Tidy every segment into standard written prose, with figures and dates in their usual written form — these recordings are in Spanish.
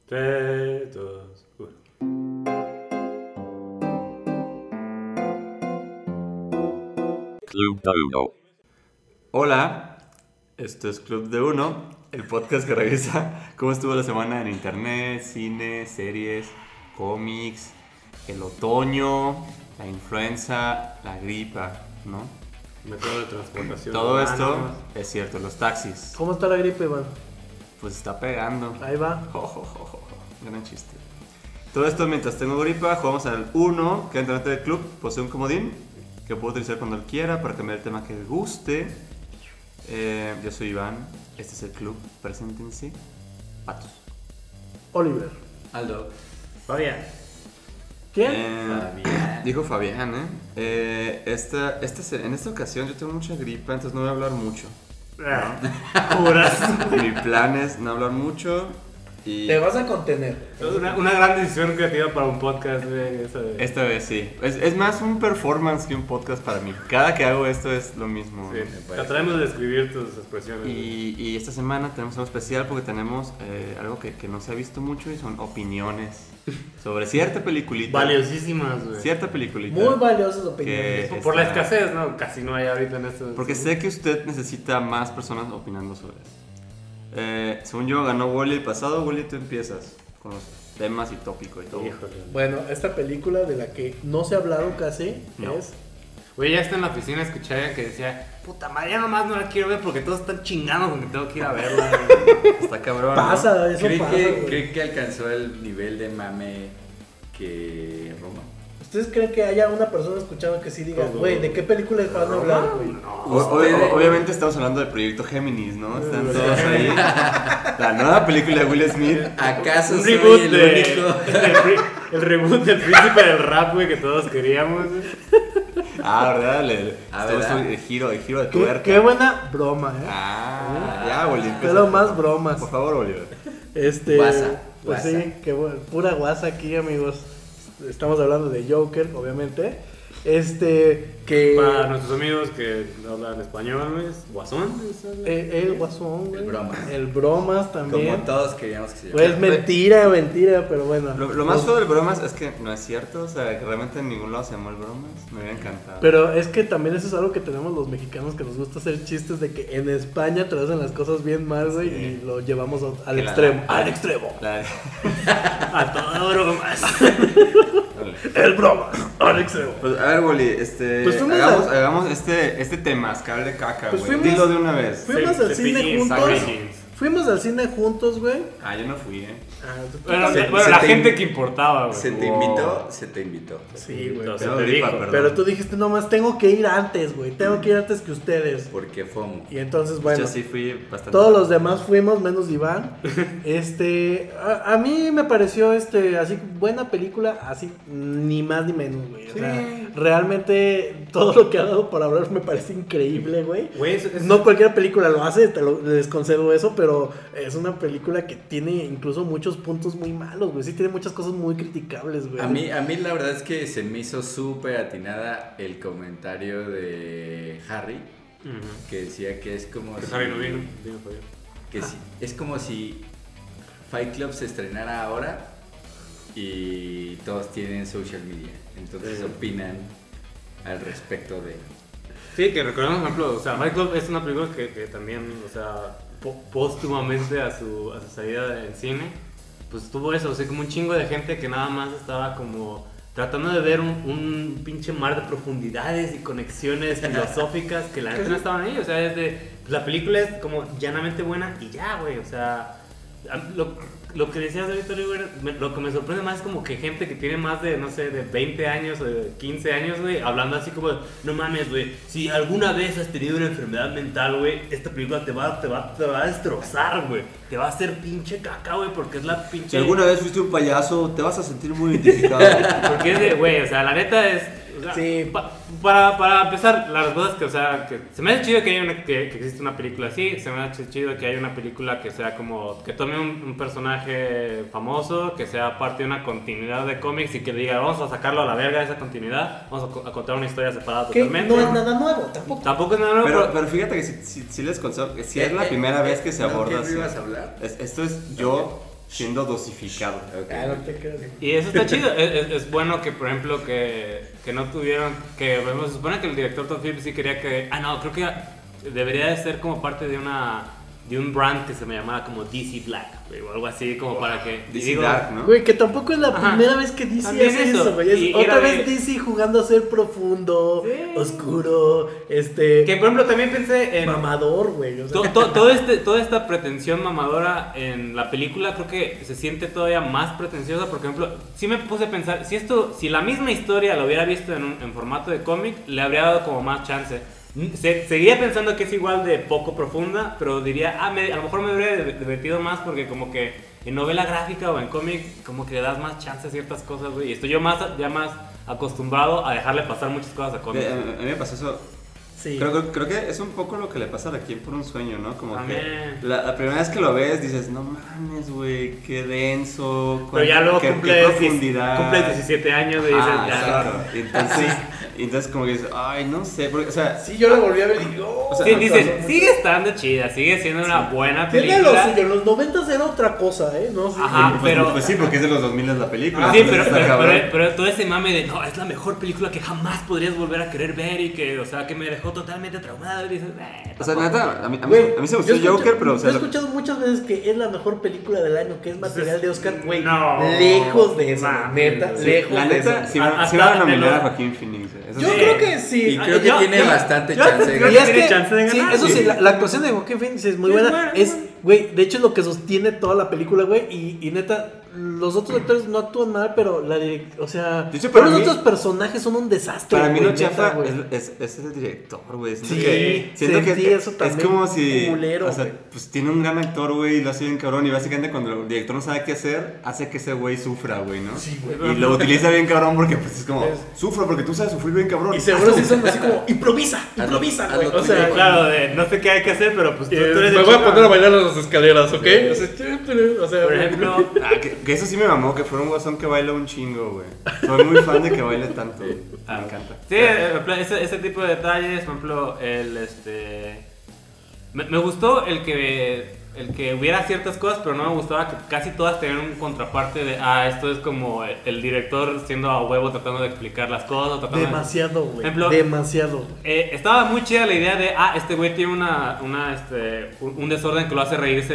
3, 2, 1. Club de Uno. Hola, esto es Club de Uno, el podcast que revisa cómo estuvo la semana en internet, cine, series, cómics, el otoño, la influenza, la gripa, ¿no? Método de transportación. Todo esto humanos. es cierto, los taxis, ¿Cómo está la gripe, Iván? pues está pegando. Ahí va. Gran chiste. Todo esto mientras tengo gripa, jugamos al 1, que integrante del club posee un comodín que puedo utilizar cuando él quiera para cambiar el tema que guste. Yo soy Iván, este es el club, preséntense. Patos. Oliver. Aldo. Fabián. ¿Quién? Fabián. Dijo Fabián, en esta ocasión yo tengo mucha gripa, entonces no voy a hablar mucho. Juras. Mi plan es no hablar mucho y... Te vas a contener. Una gran decisión creativa para un podcast, güey. Esa de... Esta vez sí. Es más un performance que un podcast para mí. Cada que hago esto es lo mismo. Sí, ¿no? trataremos de escribir tus expresiones. Y esta semana tenemos algo especial porque tenemos algo que no se ha visto mucho y son opiniones sobre cierta peliculita. Valiosísimas, güey. Cierta peliculita. Muy valiosas opiniones. que Por la está- escasez, ¿no? Casi no hay ahorita en esto. Porque sé que usted necesita más personas opinando sobre eso. Según yo, ganó Wally el pasado. Wally, tú empiezas con los temas y tópico y todo. Híjole. Bueno, esta película de la que no se ha hablado casi No. es... Güey, ya está en la oficina, escuché a alguien que decía, puta madre, ya nomás no la quiero ver porque todos están chingando con que tengo que ir a verla. Está cabrón, ¿no? Pasa, eso ¿Cree pasa. que, güey. cree que alcanzó el nivel de mame que Roma? ¿Ustedes creen que haya una persona escuchando que sí diga, Todo. güey, ¿de qué película van a hablar, güey? Obviamente estamos hablando del proyecto Géminis, ¿no? Están todos ahí. La nueva película de Will Smith. ¿Acaso Un soy reboot el de... único? el reboot del príncipe del rap, güey, que todos queríamos, güey. ¿Verdad? ¿verdad? El giro de Qué, tuerca. qué buena broma, ¿eh? Ya, Wally. empieza. Pero más bromas. Por favor, Oliver. Guasa, Pues guasa. sí, qué bueno. Pura guasa aquí, amigos. Estamos hablando de Joker, obviamente. Que... Para nuestros amigos que hablan español, güey, es Guasón. El guasón, güey. El bromas. El bromas también. Como todos queríamos que se Pues llamara. mentira, pero bueno. Lo más feo del bromas es que no es cierto. O sea, que realmente en ningún lado se llamó el bromas. Me hubiera encantado. Pero es que también eso es algo que tenemos los mexicanos, que nos gusta hacer chistes de que en España traducen las cosas bien mal, güey, Sí. y lo llevamos al Que extremo. la- Al extremo. A todo bromas. El bromas. Al extremo. Pues a ver, Wally, Pues fuimos hagamos este temazcal de caca, Pues güey. fuimos- Dilo de una vez. Fuimos al cine Cepillín, juntos. sacillín. Fuimos al cine juntos, güey. Yo no fui, Bueno, Se- bueno, se la te gente in- que importaba, güey. Se te invitó, se te invitó. Sí, güey. Se Pero te gripa, dijo. perdón. Pero tú dijiste nomás, tengo que ir antes, güey. Tengo que ir antes que ustedes. Porque FOMO. Y entonces, bueno. Yo sí fui bastante. Todos los demás fuimos, menos Iván. A mí me pareció así buena película, así ni más ni menos, güey. O sea, realmente todo lo que ha dado para hablar me parece increíble, güey. Güey, No cualquier película lo hace, les concedo eso, pero es una película que tiene incluso muchos puntos muy malos, güey. Sí tiene muchas cosas muy criticables, güey. A mí la verdad es que se me hizo súper atinada el comentario de Harry, que decía que es como si... Harry no vino Fabián. Que sí, es como si Fight Club se estrenara ahora y todos tienen social media, entonces Sí. opinan al respecto de... Sí, que recordemos, por ejemplo, o sea, Fight Club es una película que también, o sea, póstumamente a su salida en cine, pues tuvo eso, o sea, como un chingo de gente que nada más estaba como tratando de ver un pinche mar de profundidades y conexiones filosóficas que la neta no estaban ahí, o sea, pues la película es como llanamente buena y ya, güey, o sea, lo que decías ahorita, Oliver, lo que me sorprende más es como que gente que tiene más de, no sé, de 20 años o de 15 años, güey, hablando así como, no mames, güey, si alguna vez has tenido una enfermedad mental, güey, esta película te va a destrozar, güey, te va a hacer pinche caca, güey, porque es la pinche... Si alguna vez fuiste un payaso, te vas a sentir muy identificado. Porque es de, güey, o sea, la neta es... O sea, Sí. Para empezar, las cosas que, o sea, que se me hace chido que haya que existe una película así, se me hace chido que haya una película que sea como, que tome un personaje famoso, que sea parte de una continuidad de cómics y que diga, vamos a sacarlo a la verga de esa continuidad, vamos a contar una historia separada Que totalmente. no es nada nuevo, tampoco. Tampoco es nada nuevo, Pero fíjate que si les concedo que si es la primera vez que se ¿no? aborda ¿Qué así. ibas a hablar? Esto es yo siendo dosificado. Okay. No te creas. Y eso está chido. Es bueno que, por ejemplo, que no tuvieron. Que por ejemplo, se supone que el director Todd Phillips sí quería que. No, creo que debería de ser como parte de un brand que se me llamaba como DC Black, güey, o algo así, como para que. DC Dark, ¿no? Güey, que tampoco es la Ajá. primera vez que DC También hace eso. eso, güey. Y Otra era vez de- DC jugando a ser profundo, Sí. oscuro, Que por ejemplo también pensé en. mamador, güey. O sea, Toda esta pretensión mamadora en la película creo que se siente todavía más pretenciosa. Por ejemplo, sí me puse a pensar, si la misma historia la hubiera visto en formato de cómic, le habría dado como más chance. Seguía pensando que es igual de poco profunda, pero diría, a lo mejor me hubiera divertido más porque como que en novela gráfica o en cómic como que le das más chance a ciertas cosas, güey. Y estoy yo ya más acostumbrado a dejarle pasar muchas cosas a cómics. A mí me pasó eso. sí. Creo que es un poco lo que le pasa a Quien por un sueño, ¿no? Como También. que la primera vez que lo ves dices, no mames, güey, qué denso. Pero ya luego qué cumples 17 años y dices, Exacto. Y entonces como que dices, ay, no sé, porque, o sea, Sí, yo la volví a ver y digo, O sea, Sí, dices, sigue estando chida, sigue siendo una buena tiene lo película. suyo, en los 90 era otra cosa, No sé. Ajá. pues, pero- pues sí, porque es de los 2000 la película. Sí, entonces está cabrón. pero todo ese mame de no, es la mejor película que jamás podrías volver a querer ver y que, o sea, que me dejó totalmente traumado. Y dices, O sea, tampoco". neta, a mí Güey, se gustó yo Joker, pero o sea, yo he escuchado muchas veces que es la mejor película del año, que es material de Oscar, güey. No, lejos de eso, mames, neta, sí. lejos la de neta, eso. sí Hasta van a de nominar a los- Joaquín Phoenix. Eso Yo sí. creo que sí. Y creo que Yo- tiene yo- bastante yo chance creo de Y que es tiene que, chance de sí, ganar. eso sí, Sí. la actuación de Joaquin Phoenix es muy Es buena. buena, Es, es buena. güey, de hecho es lo que sostiene toda la película, güey. Y neta, los otros actores no actúan mal, pero o sea, De hecho, todos para los mí- otros personajes son un desastre. Para mí güey, lo chafa neta, güey. es el director, güey. Sí, Siento sentí que eso es también como si, culero, o sea, güey. pues tiene un gran actor, güey, y lo hace bien cabrón. Y básicamente cuando el director no sabe qué hacer, hace que ese güey sufra, güey, ¿no? Sí, güey. Y lo utiliza bien cabrón porque pues es como, Es- sufro porque tú sabes sufrir bien cabrón. Y seguro sí son así como, improvisa, haz güey. lo O sea, tuyo. Claro, de no sé qué hay que hacer, pero pues tú eres me el voy a chingón. poner a bailar en las escaleras, ¿ok? O sea, Por ejemplo, Que eso sí me mamó, que fuera un guasón que baila un chingo, güey. Soy muy fan de que baile tanto, güey. Me encanta. sí, ese tipo de detalles, por ejemplo, me gustó el que hubiera ciertas cosas, pero no me gustaba que casi todas tenían un contraparte de, esto es como el director siendo a huevo tratando de explicar las cosas, tratando de- demasiado, güey. Ejemplo- Demasiado. estaba muy chida la idea de, este güey tiene un desorden que lo hace reírse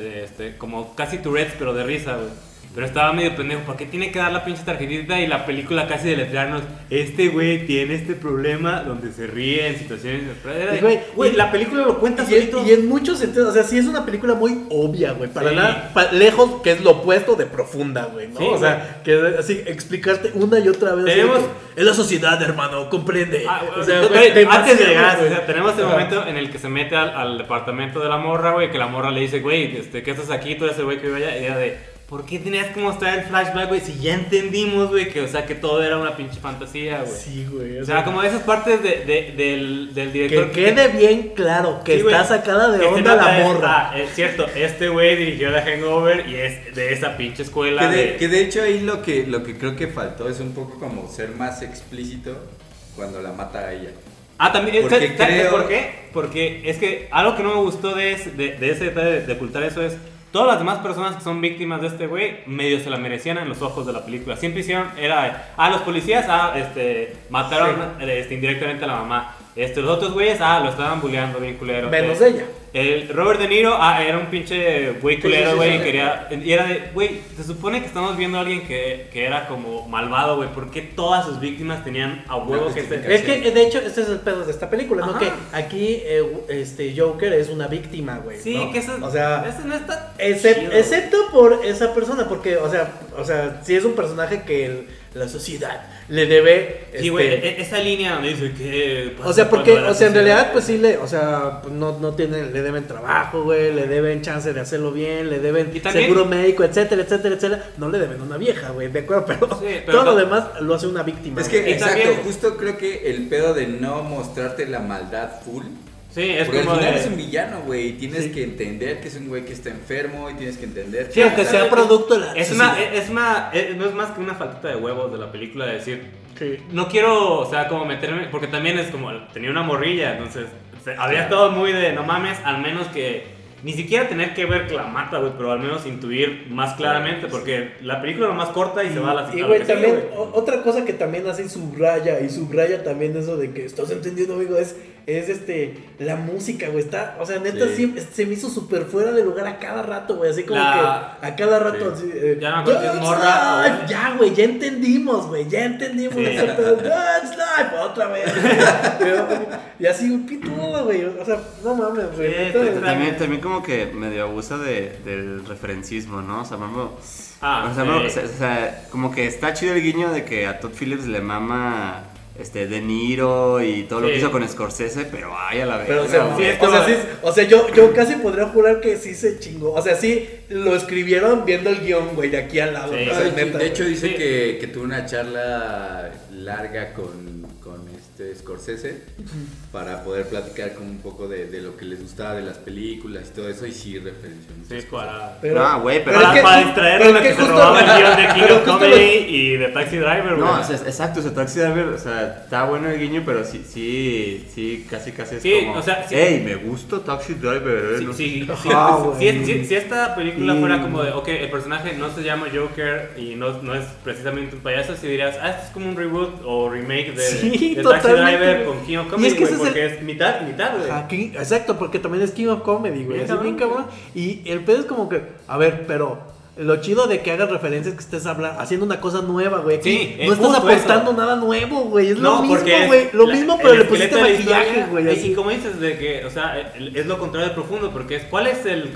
como casi Tourette's, pero de risa, güey. Pero estaba medio pendejo, ¿por qué tiene que dar la pinche tarjetita y la película casi deletrearnos? Este güey tiene este problema donde se ríe en situaciones inesperadas. Y, güey, La película lo cuenta Y solito. y en muchos sentidos, o sea, sí es una película muy obvia, güey. Para Sí. nada, lejos, que es lo opuesto de profunda, güey, ¿no? Sí, o sea, que así explicarte una y otra vez. así Tenemos- de que, es la sociedad, hermano, comprende. O o sea, sea, güey, demasiado, antes de llegar, güey. o sea, tenemos el Ajá. momento en el que se mete al departamento de la morra, güey, que la morra le dice, güey, ¿qué estás aquí? Tú eres el güey que vive allá. Y ella de, ¿por qué tenías que mostrar el flashback, güey? Si ya entendimos, güey, que, o sea, que todo era una pinche fantasía, güey. Sí, güey. O sea, como esas partes del director. que quede bien claro que Sí, güey, está sacada de que se onda nota la es, morra. es cierto, este güey dirigió The Hangover y es de esa pinche escuela. Que de hecho ahí lo que creo que faltó es un poco como ser más explícito cuando la mata a ella. También, Porque ¿sabes creo- por qué? Porque es que algo que no me gustó de ese detalle de ocultar eso es, todas las demás personas que son víctimas de este güey, medio se la merecían en los ojos de la película. Siempre hicieron, los policías, mataron indirectamente a la mamá. Los otros güeyes, lo estaban bulleando bien culero. Menos ella. El Robert De Niro, era un pinche güey culero, sí, güey, sí, y sí. quería... Y era de, güey, se supone que estamos viendo a alguien que era como malvado, güey. ¿Por qué todas sus víctimas tenían a huevo que justificación. Es que, de hecho, este es el pedo de esta película, ¿no? Ajá. Que aquí Joker es una víctima, güey. Sí, ¿no? que eso, O sea, eso no está chido. excepto por esa persona, porque, o sea, sí es un personaje que la sociedad le debe. Sí, güey, esa línea donde dice que... O sea, porque, cuando la o sea, en sociedad- realidad, pues sí pues no tienen, le deben trabajo, güey, le deben chance de hacerlo bien, le deben Y también- seguro médico, etcétera, etcétera, etcétera. No le deben una vieja, güey, de acuerdo, pero, Sí, pero todo lo ta- demás lo hace una víctima. Es que, güey. Y exacto, también- justo creo que el pedo de no mostrarte la maldad full. Sí, es Porque al como final de... es un villano, güey. Y tienes Sí. que entender que es un güey que está enfermo. Y tienes que entender Sí, aunque sea producto de la no es más que una faltita de huevos de la película de decir, no quiero, o sea, como meterme, porque también es como, tenía una morrilla, entonces había todo muy de, no mames, al menos que ni siquiera tener que ver que la mata, güey, pero al menos intuir más claramente, porque la película es más corta y se va a la Y güey, también, otra cosa que también hace y subraya también eso de que estás entendiendo, amigo, es la música, güey, está, o sea, neta, se me hizo súper fuera de lugar a cada rato, güey, así como que a cada rato, así, ya no acuerdo si es morra, ya, güey, ya entendimos ese pedo, God's Life, otra vez, y así, un pitudo, güey, o sea, no mames, güey. También como que medio abusa del referencismo, ¿no? O sea, o sea, como que está chido el guiño de que a Todd Phillips le mama De Niro y todo lo que hizo con Scorsese, pero ay, a la vez. O sea, yo casi podría jurar que sí se chingó. O sea, sí lo escribieron viendo el guión, güey, de aquí al lado. Sí. O sea, neta, de hecho, dice que tuvo una charla larga con Scorsese para poder platicar con un poco de lo que les gustaba de las películas y todo eso, y sí referenció. Sí, para distraer a la que se robaba el guión de King of Comedy y de Taxi Driver, güey. No, o sea, exacto, o sea, Taxi Driver, o sea, está bueno el guiño, pero sí, casi es como, o sea, hey, me gusta Taxi Driver. Si esta película fuera como de, ok, el personaje no se llama Joker y no es precisamente un payaso, si dirías, esto es como un reboot o remake de Taxi Driver con King of Comedy, güey, porque es mitad, güey. Exacto, porque también es King of Comedy, güey, así bien cabrón. Y el pedo es como que, a ver, pero lo chido de que hagas referencias, que estés haciendo una cosa nueva, güey. Sí, no estás aportando nada nuevo, güey. Es lo mismo, güey. Lo mismo, pero le pusiste maquillaje, güey. Y como dices, de que, o sea, es lo contrario de profundo, porque ¿cuál es el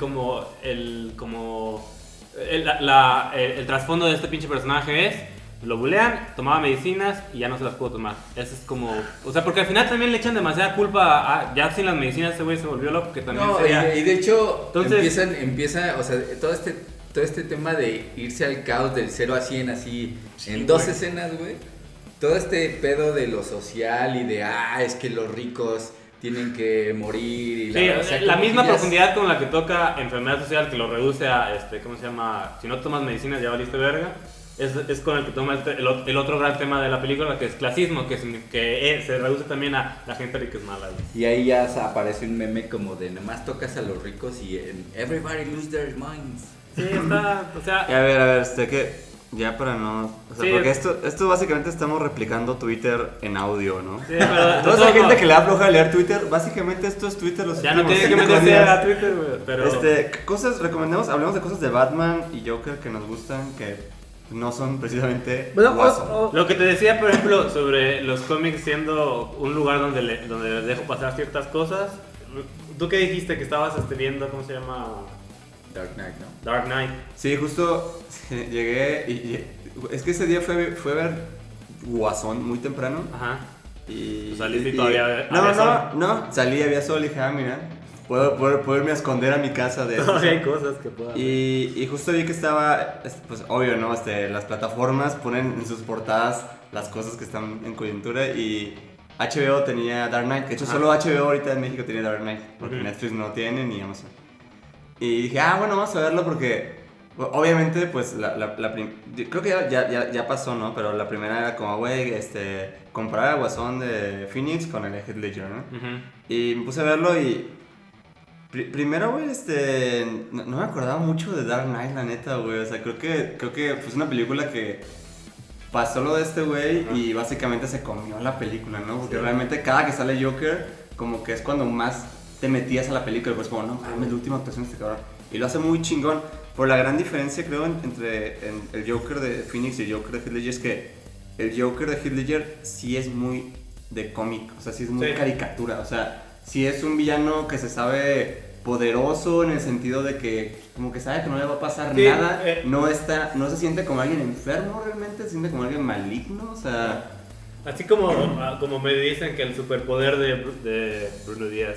trasfondo de este pinche personaje? Es lo bulean, tomaba medicinas y ya no se las pudo tomar. Eso es como, o sea, porque al final también le echan demasiada culpa ya sin las medicinas ese güey se volvió loco, que también y de hecho empieza, o sea, todo este tema de irse al caos del 0 a 100 así en 2 escenas, güey. Todo este pedo de lo social y de es que los ricos tienen que morir y la misma profundidad con la que toca enfermedad social, que lo reduce a ¿cómo se llama? Si no tomas medicinas ya valiste verga. Es con el que toma el otro gran tema de la película, que es clasismo, que se reduce también a la gente rica es mala, güey. Y ahí ya aparece un meme como de nomás tocas a los ricos y everybody lose their minds. Sí, está, o sea... A ver, que ya para no... O sea, porque esto básicamente estamos replicando Twitter en audio, ¿no? Sí, pero... Toda esa gente que le da floja leer Twitter, básicamente esto es Twitter los ya no tiene que meterse a Twitter, güey, pero... hablemos de cosas de Batman y Joker que nos gustan, que no son precisamente Watson. Lo que te decía, por ejemplo, sobre los cómics siendo un lugar donde dejo pasar ciertas cosas. ¿Tú qué dijiste que estabas viendo? ¿Cómo se llama? Dark Knight, ¿no? Dark Knight. Sí, justo llegué y es que ese día fue a ver Guasón muy temprano. Ajá. Y saliste y todavía no, salí y había sol y dije, mira, puedo irme a esconder a mi casa de todavía hay cosas que puedo hacer. Y justo vi que estaba, pues obvio, ¿no? Las plataformas ponen en sus portadas las cosas que están en coyuntura y HBO tenía Dark Knight, de hecho solo HBO ahorita en México tenía Dark Knight, porque Netflix no tiene ni Amazon. Y dije, bueno, vamos a verlo porque obviamente pues creo que ya pasó, ¿no? Pero la primera era como, güey, comparar a Guasón de Phoenix con el de Heath Ledger, ¿no? Y me puse a verlo y primero, güey, no me acordaba mucho de Dark Knight, la neta, güey. O sea, creo que fue una película que pasó lo de este güey y básicamente se comió la película, ¿no? Porque realmente cada que sale Joker, como que es cuando más te metías a la película, pues como, no mames, la última actuación de este cabrón. Y lo hace muy chingón. Por la gran diferencia, creo, entre el Joker de Phoenix y el Joker de Heath Ledger es que el Joker de Heath Ledger sí es muy de cómic, o sea, sí es muy caricatura, o sea, sí es un villano que se sabe poderoso en el sentido de que como que sabe que no le va a pasar nada, no se siente como alguien enfermo realmente, se siente como alguien maligno, o sea... Así como me dicen que el superpoder de Bruno Díaz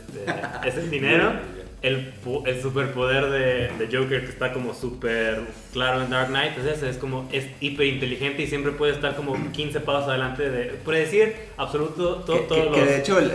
es el dinero, el superpoder de Joker que está como súper claro en Dark Knight, es hiper inteligente y siempre puede estar como 15 pasos adelante de predecir absoluto todo que de hecho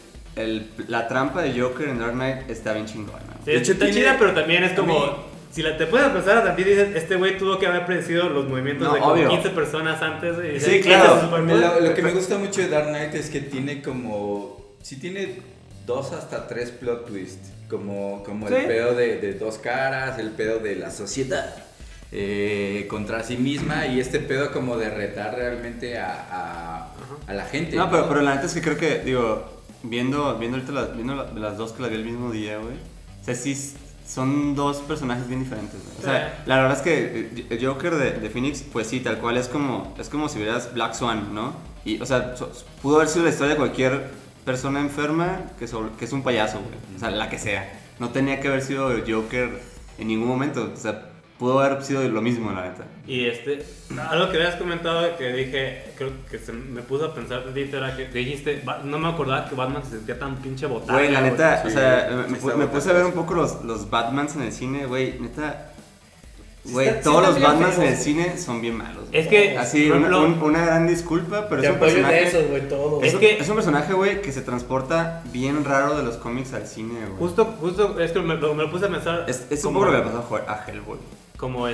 la trampa de Joker en Dark Knight está bien chingona. Sí, de hecho está chida, pero también es como... Si te puedes pensar, también dices, este güey tuvo que haber predecido los movimientos de como 15 personas antes. Y sí, claro. Lo que me gusta mucho de Dark Knight es que tiene como... Sí tiene 2 hasta 3 plot twists. Como ¿Sí? el pedo de dos caras, el pedo de la sociedad contra sí misma y este pedo como de retar realmente a la gente. No, pero la neta es que creo que, digo, viendo ahorita las dos que la vi el mismo día, güey. O sea, sí son dos personajes bien diferentes, güey. O sea, la verdad es que el Joker de Phoenix, pues sí, tal cual es como si vieras Black Swan, ¿no? Y, o sea, pudo haber sido la historia de cualquier persona enferma que es un payaso, güey. O sea, la que sea. No tenía que haber sido el Joker en ningún momento. O sea, pudo haber sido lo mismo, la neta. Y algo que habías comentado que dije, creo que me puso a pensar tantito, era que dijiste, no me acordaba que Batman se sentía tan pinche botada. Güey, la neta, sí, o sea, sí, me puse a ver un poco los Batmans en el cine, güey, neta. Güey, Sí todos los están bien Batmans en el feos. cine son bien malos. Es que, Así, por ejemplo, una gran disculpa, pero Te es un apoyo en personaje. eso, güey, todo. Es que- Es un personaje, güey, que se transporta bien raro de los cómics al cine, güey. justo, es que me lo puse a pensar. Es un como- poco lo que le pasó a Hellboy. Como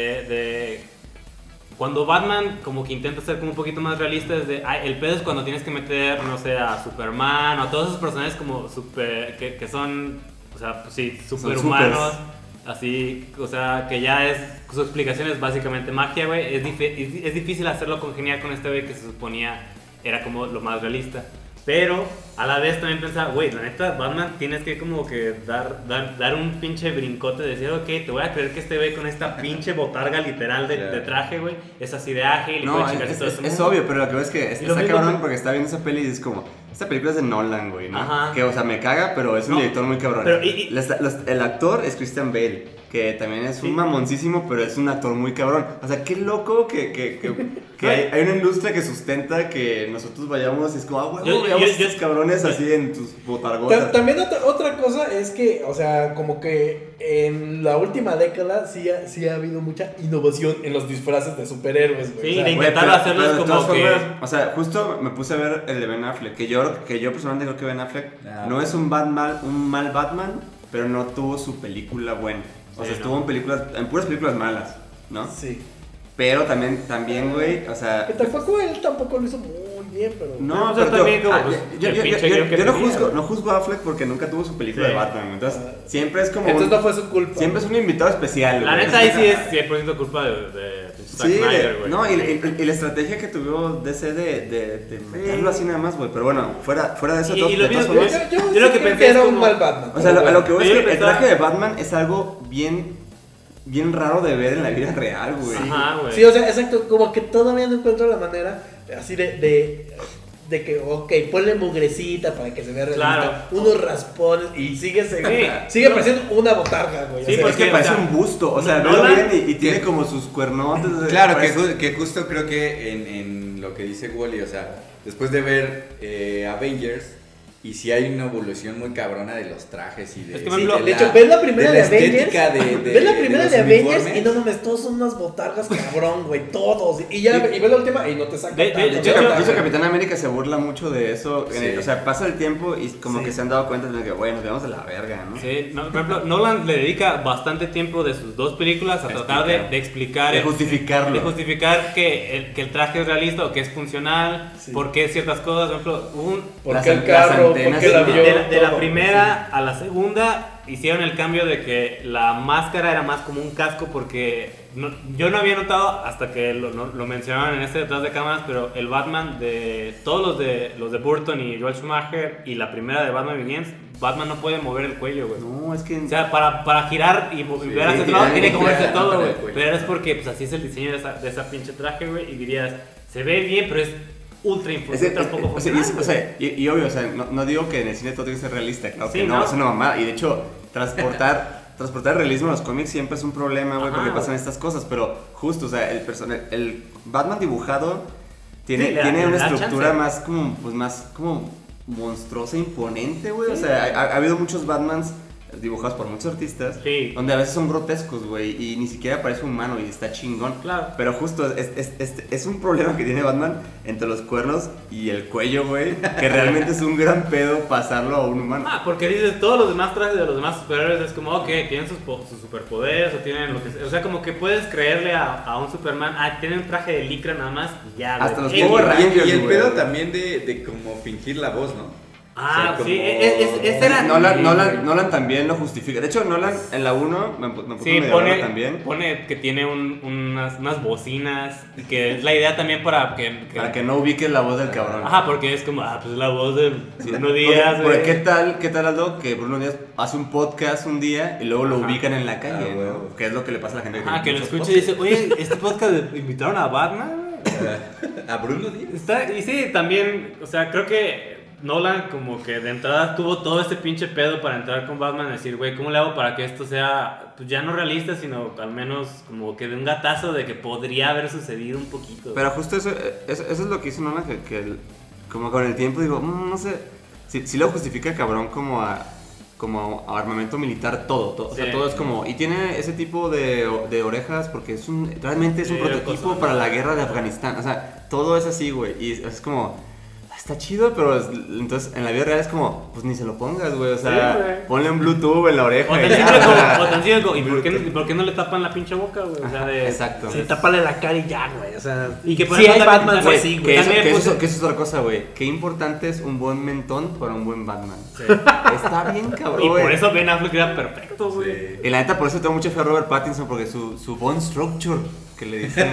cuando Batman como que intenta ser como un poquito más realista, el pedo es cuando tienes que meter, no sé, a Superman o a todos esos personajes como super, que son, o sea, pues sí, superhumanos, así, o sea, que ya su explicación es básicamente magia, güey. Es difícil hacerlo congeniar con este güey que se suponía era como lo más realista. Pero a la vez también pensaba, güey, la neta, Batman tienes que como que dar un pinche brincote de decir, ok, te voy a creer que este güey con esta pinche botarga literal de traje, güey, es así de ágil y No, puede chingarse todo ese es mundo. obvio, pero lo que veo es que Y lo está mismo cabrón que- porque está viendo esa peli y es como, esta película es de Nolan, güey, ¿no? Ajá. Que, o sea, me caga, pero es un No, director muy cabrón. pero El actor es Christian Bale, que también es Sí. un mamoncísimo, pero es un actor muy cabrón. O sea, qué loco que hay una industria que sustenta que nosotros vayamos y es como, güey, veamos estos cabrones así en tus botargotas. También otra cosa es que, o sea, como que en la última década sí ha habido mucha innovación en los disfraces de superhéroes, güey. Sí, O sea, de Güey, intentar hacerlos de como todas que- formas, o sea, justo me puse a ver el de Ben Affleck, que yo personalmente creo que Ben Affleck no es un mal Batman, pero no tuvo su película buena. O Sí, sea, no. estuvo en puras películas malas, ¿no? sí. Pero también, güey, o sea... Que él tampoco lo hizo muy bien, pero... No, o sea, pero también yo, como, pues, el pinche guión que yo no tenía. juzgo a Affleck porque nunca tuvo su película Sí. de Batman, entonces siempre es como Entonces no fue su culpa. siempre es un invitado especial, La güey. neta ahí sí es 100% culpa de Zack Sí, Snyder, güey. no, y la estrategia que tuvo DC de meterlo así nada más, güey. Pero bueno, fuera de eso, Y de lo todas mismo- formas, Yo lo sí que creo pensé es era un como- mal Batman. o sea, pero a lo que voy Yo es que el pensaba- traje de Batman es algo bien raro de ver en la vida real, güey. Ajá, güey. Sí, o sea, exacto, como que todavía no encuentro la manera así de que, ok, ponle mugrecita para que se vea realista, Claro. unos raspones y sigue Sí. pareciendo una botarga, güey. Sí, o sea, Es que porque, parece o sea, un busto, o sea, no velo la- bien y tiene como sus cuernotes. de- Claro, parece- que justo creo que en lo que dice Wally, o sea, después de ver Avengers, y si hay una evolución muy cabrona de los trajes y de... Es que, por ejemplo, de hecho, ves la primera de estética Avengers, de ves la primera los de Avengers uniformes. y no mames, todos son unas botargas cabrón, güey, todos. Y ves la última y no te saca De tanto. De hecho, hecho, Capitán América se burla mucho de eso. Sí. O sea, pasa el tiempo y como Sí. que se han dado cuenta de que, bueno, nos vamos a la verga, ¿no? Sí, no, por ejemplo, Nolan le dedica bastante tiempo de sus dos películas a tratar de explicar, De justificarlo. de justificar que el traje es realista o que es funcional, Sí. por qué ciertas cosas, por ejemplo, ¿Por Las- qué el las carro? antenas, ¿Por qué el sí, avión? de la Todo, primera a la segunda hicieron el cambio de que la máscara era más como un casco porque yo no había notado hasta que lo mencionaron en este detrás de cámaras, pero el Batman de todos los de Burton y Joel Schumacher y la primera de Batman Begins, Batman no puede mover el cuello, güey. No, es que... O sea, para girar y ver hacia sí, otro lado sí, tiene que sí, moverse sí, todo, sí, güey. sí, sí. Pero es porque pues así es el diseño de esa pinche traje, güey, y dirías, se ve bien, pero es ultra poco o sea, funcional, güey. y obvio, o sea, no digo que en el cine todo tiene que ser realista, claro Sí, que no, ¿no? es una mamada. Y de hecho, transportar el realismo en los cómics siempre es un problema, güey, Ajá, porque pasan güey. estas cosas. Pero justo, o sea, el Batman dibujado tiene, Sí, le tiene da una chance. estructura más como monstruosa, imponente, güey. O sea, ha habido muchos Batmans dibujados por muchos artistas, Sí. donde a veces son grotescos, güey, y ni siquiera parece humano y está chingón. Claro. Pero justo es un problema que tiene Batman entre los cuernos y el cuello, güey, que realmente es un gran pedo pasarlo a un humano. Ah, porque dices, todos los demás trajes de los demás superhéroes es como, ok, tienen sus superpoderes o tienen lo que sea. O sea, como que puedes creerle a un Superman, tiene un traje de licra nada más y ya, güey. Hasta los Ey, Power güey. Rangers, Y el güey. pedo también de como fingir la voz, ¿no? Ah, O sea, sí, como- ese era... Nolan también lo justifica. De hecho, Nolan en la 1 me puso Sí, medio raro también. pone que tiene unas bocinas y que es la idea también para Para que no ubiques la voz del cabrón. Ajá, porque es como, pues la voz de Sí, Bruno Díaz, porque güey. ¿qué tal Aldo? Que Bruno Díaz hace un podcast un día y luego lo ubican en la calle, Ah, ¿no? huevo. Que es lo que le pasa a la gente Ajá, que lo tiene escucha y muchos dice, oye, este podcast invitaron a Batman, güey. A Bruno Díaz. Y sí, también, o sea, creo que Nolan como que de entrada tuvo todo este pinche pedo para entrar con Batman y decir, güey, ¿cómo le hago para que esto sea, pues ya no realista, sino al menos como que de un gatazo de que podría haber sucedido un poquito? Pero justo eso es lo que hizo Nolan, como con el tiempo digo, no sé, si lo justifica cabrón como a armamento militar todo, o sea, Sí. todo es como, y tiene ese tipo de orejas porque realmente es un Sí, prototipo cosa, para ¿no? la guerra de Afganistán, o sea, todo es así, güey, y es como, está chido, pero entonces en la vida real es como, pues ni se lo pongas, güey, o sea, Sí, güey. ponle un Bluetooth en la oreja. O tan y ya, simple o sea, como, ¿y por qué no le tapan la pinche boca, güey? O sea, de... Exacto. Sí, tápale la cara y ya, güey. O sea, Y que por sí hay ejemplo, Batman güey, así, Que güey. eso, También que eso- puse- que eso es otra cosa, güey. Qué importante es un buen mentón para un buen Batman. Sí. Está bien, cabrón. Y por güey. eso Ben Affleck era perfecto, güey. Sí. Y la neta, por eso tengo mucha fe a Robert Pattinson, porque su bone structure, que le dicen,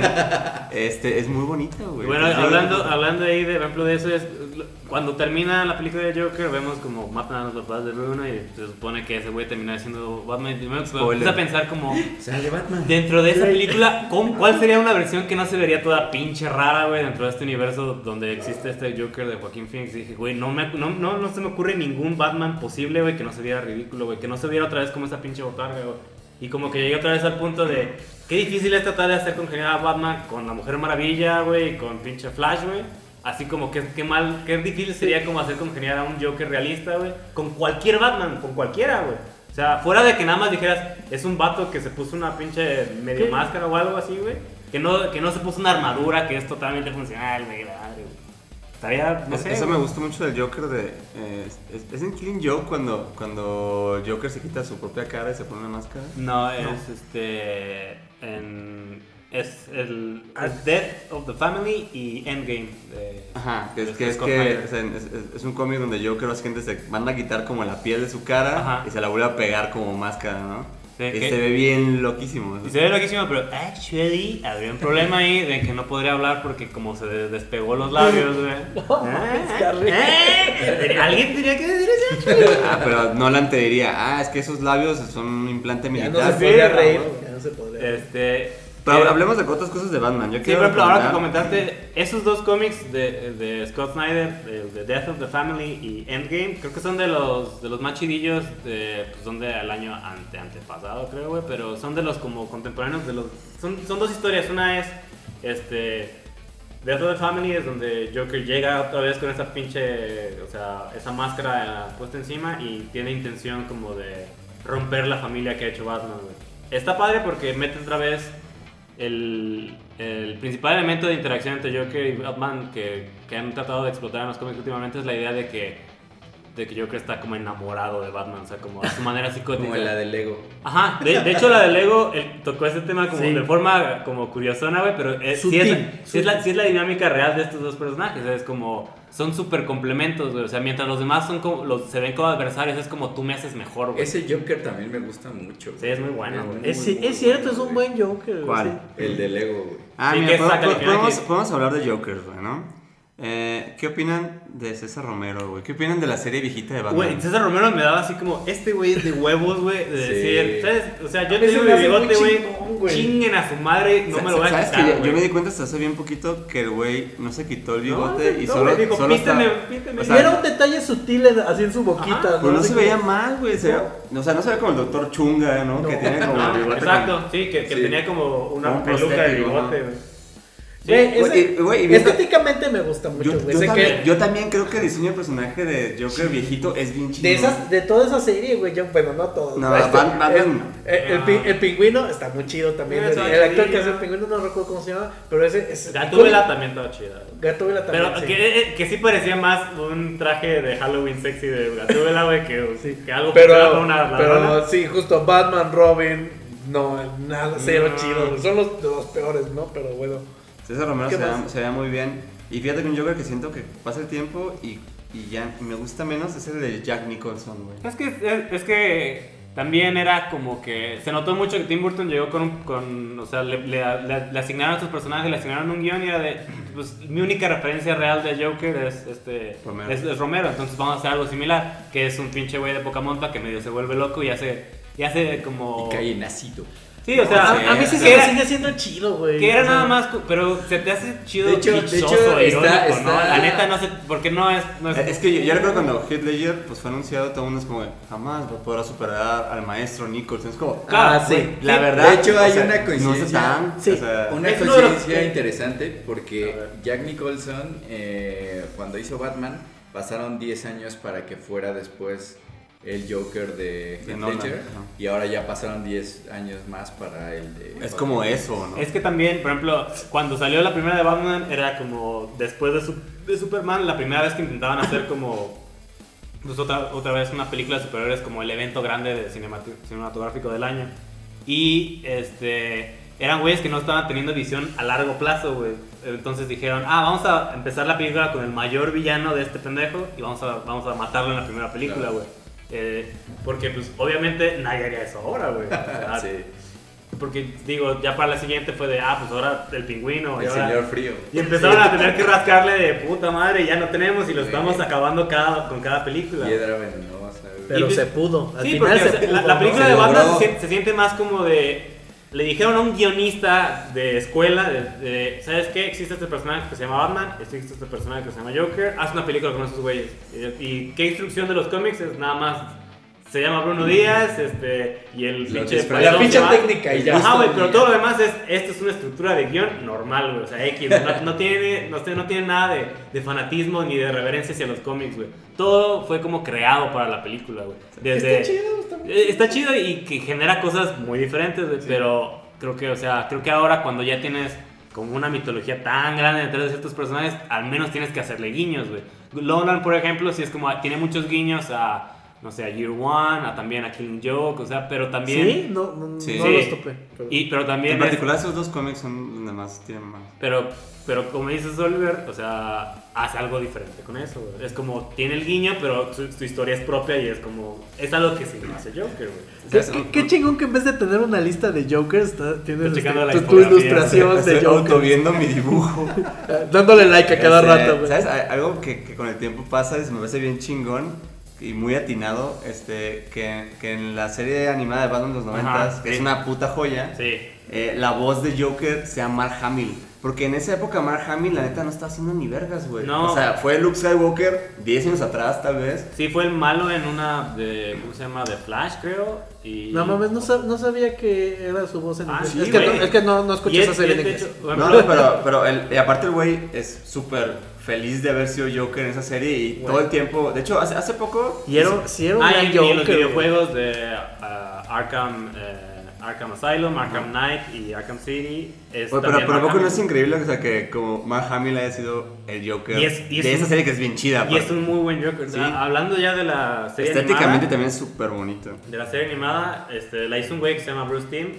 es muy bonita, güey. Bueno, Entonces, hablando ahí de ejemplo de eso, es cuando termina la película de Joker, vemos como matan a los papás de Bruno y se supone que ese güey termina siendo Batman. Y me puse a pensar como, Sale Batman. dentro de esa película, ¿cuál sería una versión que no se vería toda pinche rara, güey, dentro de este universo donde existe este Joker de Joaquín Phoenix? Y dije, güey, no se me ocurre ningún Batman posible, güey, que no se viera ridículo, güey, que no se viera otra vez como esa pinche botarga, güey. Y como que llegué otra vez al punto de qué difícil es tratar de hacer congeniar a Batman con la Mujer Maravilla, güey, y con pinche Flash, güey. Así como que qué difícil sería como hacer congeniar a un Joker realista, güey, con cualquier Batman, con cualquiera, güey. O sea, fuera de que nada más dijeras, es un vato que se puso una pinche medio ¿Qué? máscara o algo así, güey. Que no se puso una armadura que es totalmente funcional, güey. Estaría, no sé. Eso güey. me gustó mucho del Joker de... ¿Es en Killing Joke cuando Joker se quita su propia cara y se pone una máscara? No, es es el Death of the Family y Endgame de, Ajá, de que Scott Snyder. o sea, es un cómic donde Joker básicamente se manda a quitar como la piel de su cara Ajá. y se la vuelve a pegar como máscara, ¿no? Sí, Y que- se ve bien loquísimo. ¿no? Y se ve loquísimo, pero actually había un problema ahí de que no podría hablar porque como se despegó los labios, güey. ¿Alguien tenía que decir eso? Pero Nolan te diría, es que esos labios son un implante Ya militar. no se Sí, podría no, reír. güey. Ya no se podría. Pero hablemos de otras cosas de Batman. Yo Sí, quiero por ejemplo, ahora que recomendar- comentaste, esos dos cómics de Scott Snyder, The Death of the Family y Endgame, creo que son de los más chidillos, pues son del año antepasado, creo, güey, pero son de los como contemporáneos de los... Son dos historias, una es, Death of the Family es donde Joker llega otra vez con esa pinche, o sea, esa máscara puesta encima y tiene intención como de romper la familia que ha hecho Batman, güey. Está padre porque mete otra vez el principal elemento de interacción entre Joker y Batman que han tratado de explotar en los cómics últimamente es la idea de que Joker está como enamorado de Batman, o sea, como a su manera psicótica. Como la del Lego. Ajá, de hecho la de Lego tocó ese tema como Sí. de forma como curiosona, güey, pero sí Sutil, es la dinámica real de estos dos personajes, es como, son súper complementos, güey, o sea, mientras los demás son como, se ven como adversarios, es como tú me haces mejor, güey. Ese Joker también me gusta mucho. Sí, es muy bueno, güey. Es cierto, es un buen Joker. güey, ¿Cuál? sí. El de Lego, güey. Sí, Mira, que saca al final podemos hablar de Joker, güey, ¿no? ¿Qué opinan de César Romero, güey? ¿Qué opinan de la serie viejita de Batman? Güey, César Romero me daba así como, este güey es de huevos, güey, de Sí. decir, ¿sabes? O sea, yo A mí se tengo me mi hace muy bigote, chingón, güey, güey. chinguen a su madre, no me lo voy a ¿Sabes quitar, que güey. yo me di cuenta hasta hace bien poquito que el güey no se quitó el bigote y no, solo, güey, dijo, solo píteme, está- píteme. o Y sea, era un detalle sutil así en su boquita, Ajá, ¿no? Pues no Así se como- veía mal, güey. O sea, no se ve como el doctor Chunga, ¿no? Que tiene como el bigote. Exacto, sí, que Sí. tenía como una Un peluca de prostético, bigote, ¿no? güey. Güey, Güey, ese- güey, y viendo- estéticamente me gusta mucho, güey. Sé que yo también creo que el diseño de personaje de Joker viejito es bien chido. de toda esa serie, güey, bueno, no todos. No, güey, Batman. el pingüino está muy chido también. Sí, El, está el actor que chido. hace el pingüino no recuerdo cómo se llama, pero ese Gatúbela también estaba chida. Gatúbela también. Pero sí. que sí parecía más un traje de Halloween sexy de Gatúbela, güey, que algo Pero, que para una ladrona. sí, justo Batman, Robin, no, nada, cero No. chido. güey. Son los peores, ¿no? Pero bueno. César Romero ¿Qué se más? veía muy bien. Y fíjate que un Joker que siento que pasa el tiempo y y ya me gusta menos es el de Jack Nicholson, güey. Es que también era como que se notó mucho que Tim Burton llegó o sea, le asignaron a estos personajes, le asignaron un guión y era de, pues mi única referencia real de Joker es Romero. es Romero, entonces vamos a hacer algo similar, que es un pinche güey de poca monta que medio se vuelve loco y hace como... Y cae en ácido. Sí, o sea, A mí sí se me sigue siendo chido, güey. que era nada más, pero se te hace chido, De hecho, chistoso, irónico, está- ¿no? La neta no sé, porque no es Es que yo recuerdo cuando Heath Ledger pues, fue anunciado, todo el mundo es como, jamás podrá superar al maestro Nicholson. Es como, Claro, sí. la Sí, verdad. de hecho, hay una No coincidencia. sé tan. Sí. O sea, Una Es uno de los- coincidencia interesante porque A ver. Jack Nicholson, cuando hizo Batman, pasaron 10 años para que fuera después el Joker de Heath Nolan, Ledger, ajá. y ahora ya pasaron 10 años más para el de... es Batman. como eso, ¿no? Es que también, por ejemplo, cuando salió la primera de Batman era como después de Superman, la primera vez que intentaban hacer como pues otra vez una película de superhéroes como el evento grande de cinematográfico del año. Y eran güeyes que no estaban teniendo visión a largo plazo, güey. Entonces dijeron, vamos a empezar la película con el mayor villano de este pendejo y vamos a matarlo en la primera película, Claro. güey. Porque pues obviamente nadie haría eso ahora, güey. O sea, Sí, porque digo, ya para la siguiente fue de, pues ahora el pingüino. y el ahora- señor frío. Y empezaron a tener que rascarle de puta madre, ya no tenemos y lo estamos Sí. acabando con cada película. Piedra venenosa, güey. Pero Y- se pudo. Al Sí, final porque se o sea, pudo. la película Se de Batman logró. se siente más como de... Le dijeron a un guionista de escuela, ¿sabes qué? Existe este personaje que se llama Batman, existe este personaje que se llama Joker, haz una película con esos güeyes. ¿Y qué instrucción de los cómics? Es nada más... Se llama Bruno Díaz, y el Lo pinche... disfrazan. La ¿cómo ficha se llama? técnica y ya. Ajá, güey, Listo, pero y todo ya. lo demás esto es una estructura de guión normal, güey, o sea, X, no tiene nada de fanatismo ni de reverencia hacia los cómics, güey. Todo fue como creado para la película, güey. Está chido, está muy chido. Está chido y que genera cosas muy diferentes, güey, pero creo que ahora cuando ya tienes como una mitología tan grande detrás de ciertos personajes, al menos tienes que hacerle guiños, güey. Nolan, por ejemplo, sí es como, tiene muchos guiños a... No sé, a Year One, también a Killing Joke, o sea, pero también... ¿Sí? No Sí. los topé. Pero... Pero también... En particular, esos dos cómics son donde más tienen más. Pero como dices Oliver, o sea, hace algo diferente con eso, güey. Es como, tiene el guiño, pero su historia es propia y es como... Es algo que sí hace Joker, güey. Qué chingón que en vez de tener una lista de Jokers, tienes Estoy checando la tu infografía. ilustración de Estoy Joker. autoviendo mi dibujo. Dándole like a cada rato, güey. ¿Sabes? Algo que con el tiempo pasa y se me parece bien chingón y muy atinado, que en la serie animada de Batman de los 90, Ajá, que sí. es una puta joya, Sí. la voz de Joker sea Mark Hamill. Porque en esa época Mark Hamill, la neta, no estaba haciendo ni vergas, güey. No. O sea, fue Luke Skywalker 10 años atrás, tal vez. Sí, fue el malo en una de... ¿Cómo se llama? De Flash, creo. Y... No mames, no sabía que era su voz en inglés. sí, es, que güey. es que no escuché Y esa serie en de inglés. hecho, por No, ejemplo, y aparte el güey es súper feliz de haber sido Joker en esa serie y Güey. todo el tiempo. De hecho, hace poco. Y era un gran y en los Joker. videojuegos de Arkham Asylum, Arkham Knight y Arkham City. Es Oye, también pero ¿a Mark poco no Hamill. es increíble? O sea, que como Mark Hamill haya sido el Joker Y es de esa un- serie que es bien chida. Y es aparte. un muy buen Joker. Sí. Hablando ya de la serie Estéticamente animada, también es súper bonito. de la serie animada, la hizo un güey que se llama Bruce Timm.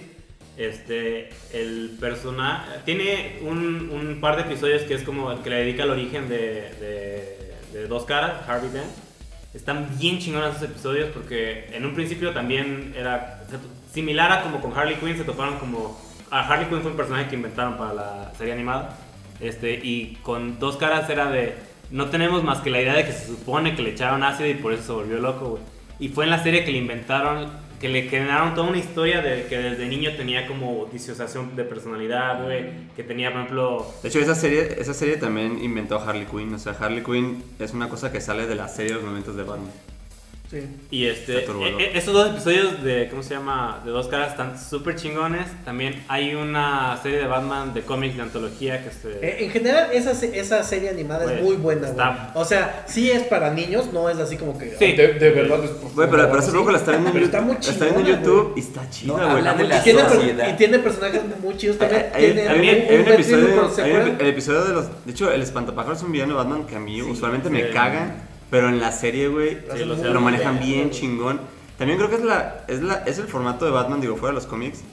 El personaje tiene un par de episodios que es como el que le dedica al origen de Dos Caras, Harvey Dent. Están bien chingones esos episodios porque en un principio también era similar a como con Harley Quinn, se toparon como... Harley Quinn fue un personaje que inventaron para la serie animada. Y con Dos Caras era de... No tenemos más que la idea de que se supone que le echaron ácido y por eso se volvió loco, güey. Y fue en la serie que le inventaron, que le generaron toda una historia de que desde niño tenía como disociación de personalidad, güey. Que tenía, por ejemplo... De hecho, esa serie también inventó a Harley Quinn. O sea, Harley Quinn es una cosa que sale de la serie de los momentos de Batman. Sí. Y Está turbo loco. esos dos episodios de, ¿cómo se llama? De Dos Caras están súper chingones. También hay una serie de Batman de cómics de antología que se... En general, esa serie animada Güey, es muy buena, güey. está- O sea, sí es para niños, no es así como que. Sí. De verdad es Güey, pero hace sí. poco la está viendo en Pero YouTube. está muy Está viendo en chingona, YouTube güey. y está chida, No, güey. habla de Y la tiene, sociedad. y tiene personajes muy chidos también. Hay Tiene un episodio, ¿se hay acuerdan? el episodio de los... De hecho, el espantapájaros es un villano de Batman que a mí usualmente me sí. caga, pero en la serie, güey, Sí, lo manejan bien, bien güey. chingón. También creo que es el formato de Batman, digo, fuera de los cómics,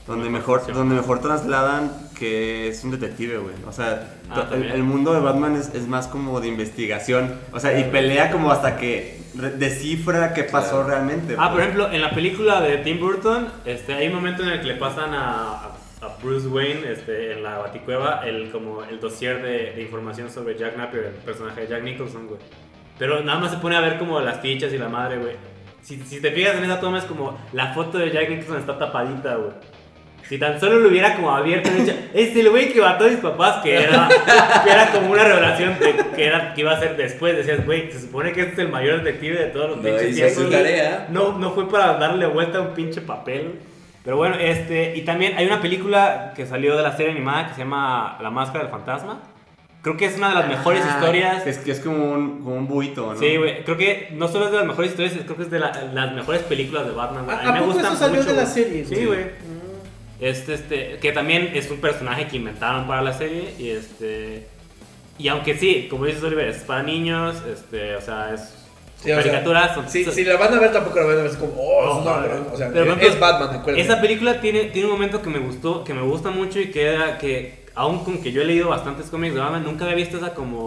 donde mejor trasladan que es un detective, güey. O sea, el mundo de Batman es más como de investigación. O sea, y pelea como hasta que descifra qué pasó realmente. Por ejemplo, en la película de Tim Burton, hay un momento en el que le pasan a Bruce Wayne en la Baticueva el dossier de información sobre Jack Napier, el personaje de Jack Nicholson, güey. Pero nada más se pone a ver como las fichas y la madre, güey. Si te fijas en esa toma es como la foto de Jack Nicholson está tapadita, güey. Si tan solo lo hubiera como abierto y dicho, es el güey que mató a mis papás, que era como una revelación que iba a ser después. Decías, güey, se supone que este es el mayor detective de todos los pinches tiempos. No fue para darle vuelta a un pinche papel. Pero bueno, y también hay una película que salió de la serie animada que se llama La Máscara del Fantasma. Creo que es una de las mejores historias. Es como un buito, ¿no? Sí, güey. Creo que no solo es de las mejores historias, creo que es de las mejores películas de Batman. ¿A mí me gusta mucho. Salió de la serie? Sí, güey. Que también es un personaje que inventaron para la serie. Y aunque sí, como dices, Oliver, es para niños, o sea, es. Sí, caricaturas. Si la van a ver, tampoco la van a ver como, o sea, pero es Batman, acuérdate. Esa película tiene un momento que me gustó, que me gusta mucho y que aún con que yo he leído bastantes cómics de Batman, nunca había visto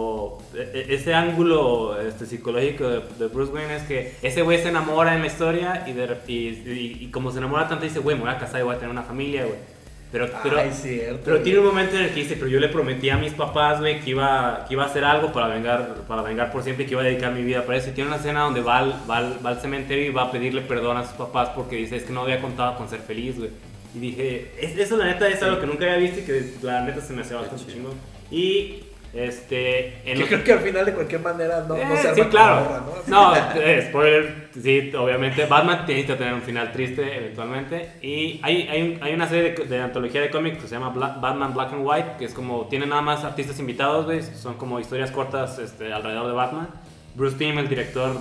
ese ángulo psicológico de Bruce Wayne. Es que ese güey se enamora en la historia y como se enamora tanto dice, güey, me voy a casar y voy a tener una familia, güey. Pero tiene un momento en el que dice, pero yo le prometí a mis papás, güey, que iba a hacer algo para vengar por siempre, que iba a dedicar mi vida para eso. Y tiene una escena donde va al cementerio y va a pedirle perdón a sus papás porque dice, es que no había contado con ser feliz, güey. Y dije, eso la neta es algo que nunca había visto y que la neta se me hacía bastante chingón. Y creo que al final de cualquier manera no se arma. Sí, claro. ¿no? Spoiler, sí, obviamente. Batman necesita tener un final triste eventualmente. Y hay una serie de antología de cómics que se llama Batman Black and White, que es como, tiene nada más artistas invitados, ¿ves? Son como historias cortas alrededor de Batman. Bruce Timm, el director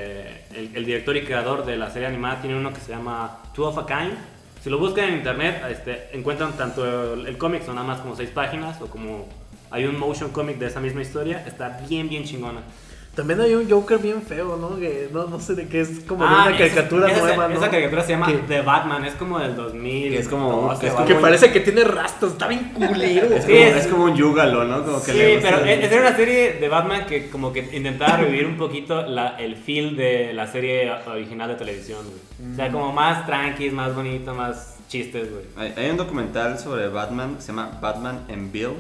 y creador de la serie animada, tiene uno que se llama Two of a Kind. Si lo buscan en internet, encuentran tanto el cómic, son nada más como 6 páginas, o como hay un motion comic de esa misma historia, está bien chingona. También hay un Joker bien feo, ¿no? Que no sé de qué es, como de una caricatura nueva, ¿no? Esa caricatura se llama The Batman, es como del 2000. Es como que parece que tiene rastas, está bien culero. Es como un Yúgalo, ¿no? Como que sí, pero era una serie de Batman que como que intentaba revivir un poquito el feel de la serie original de televisión, güey. O sea, como más tranquis, más bonito, más chistes, güey. Hay un documental sobre Batman que se llama Batman and Bill,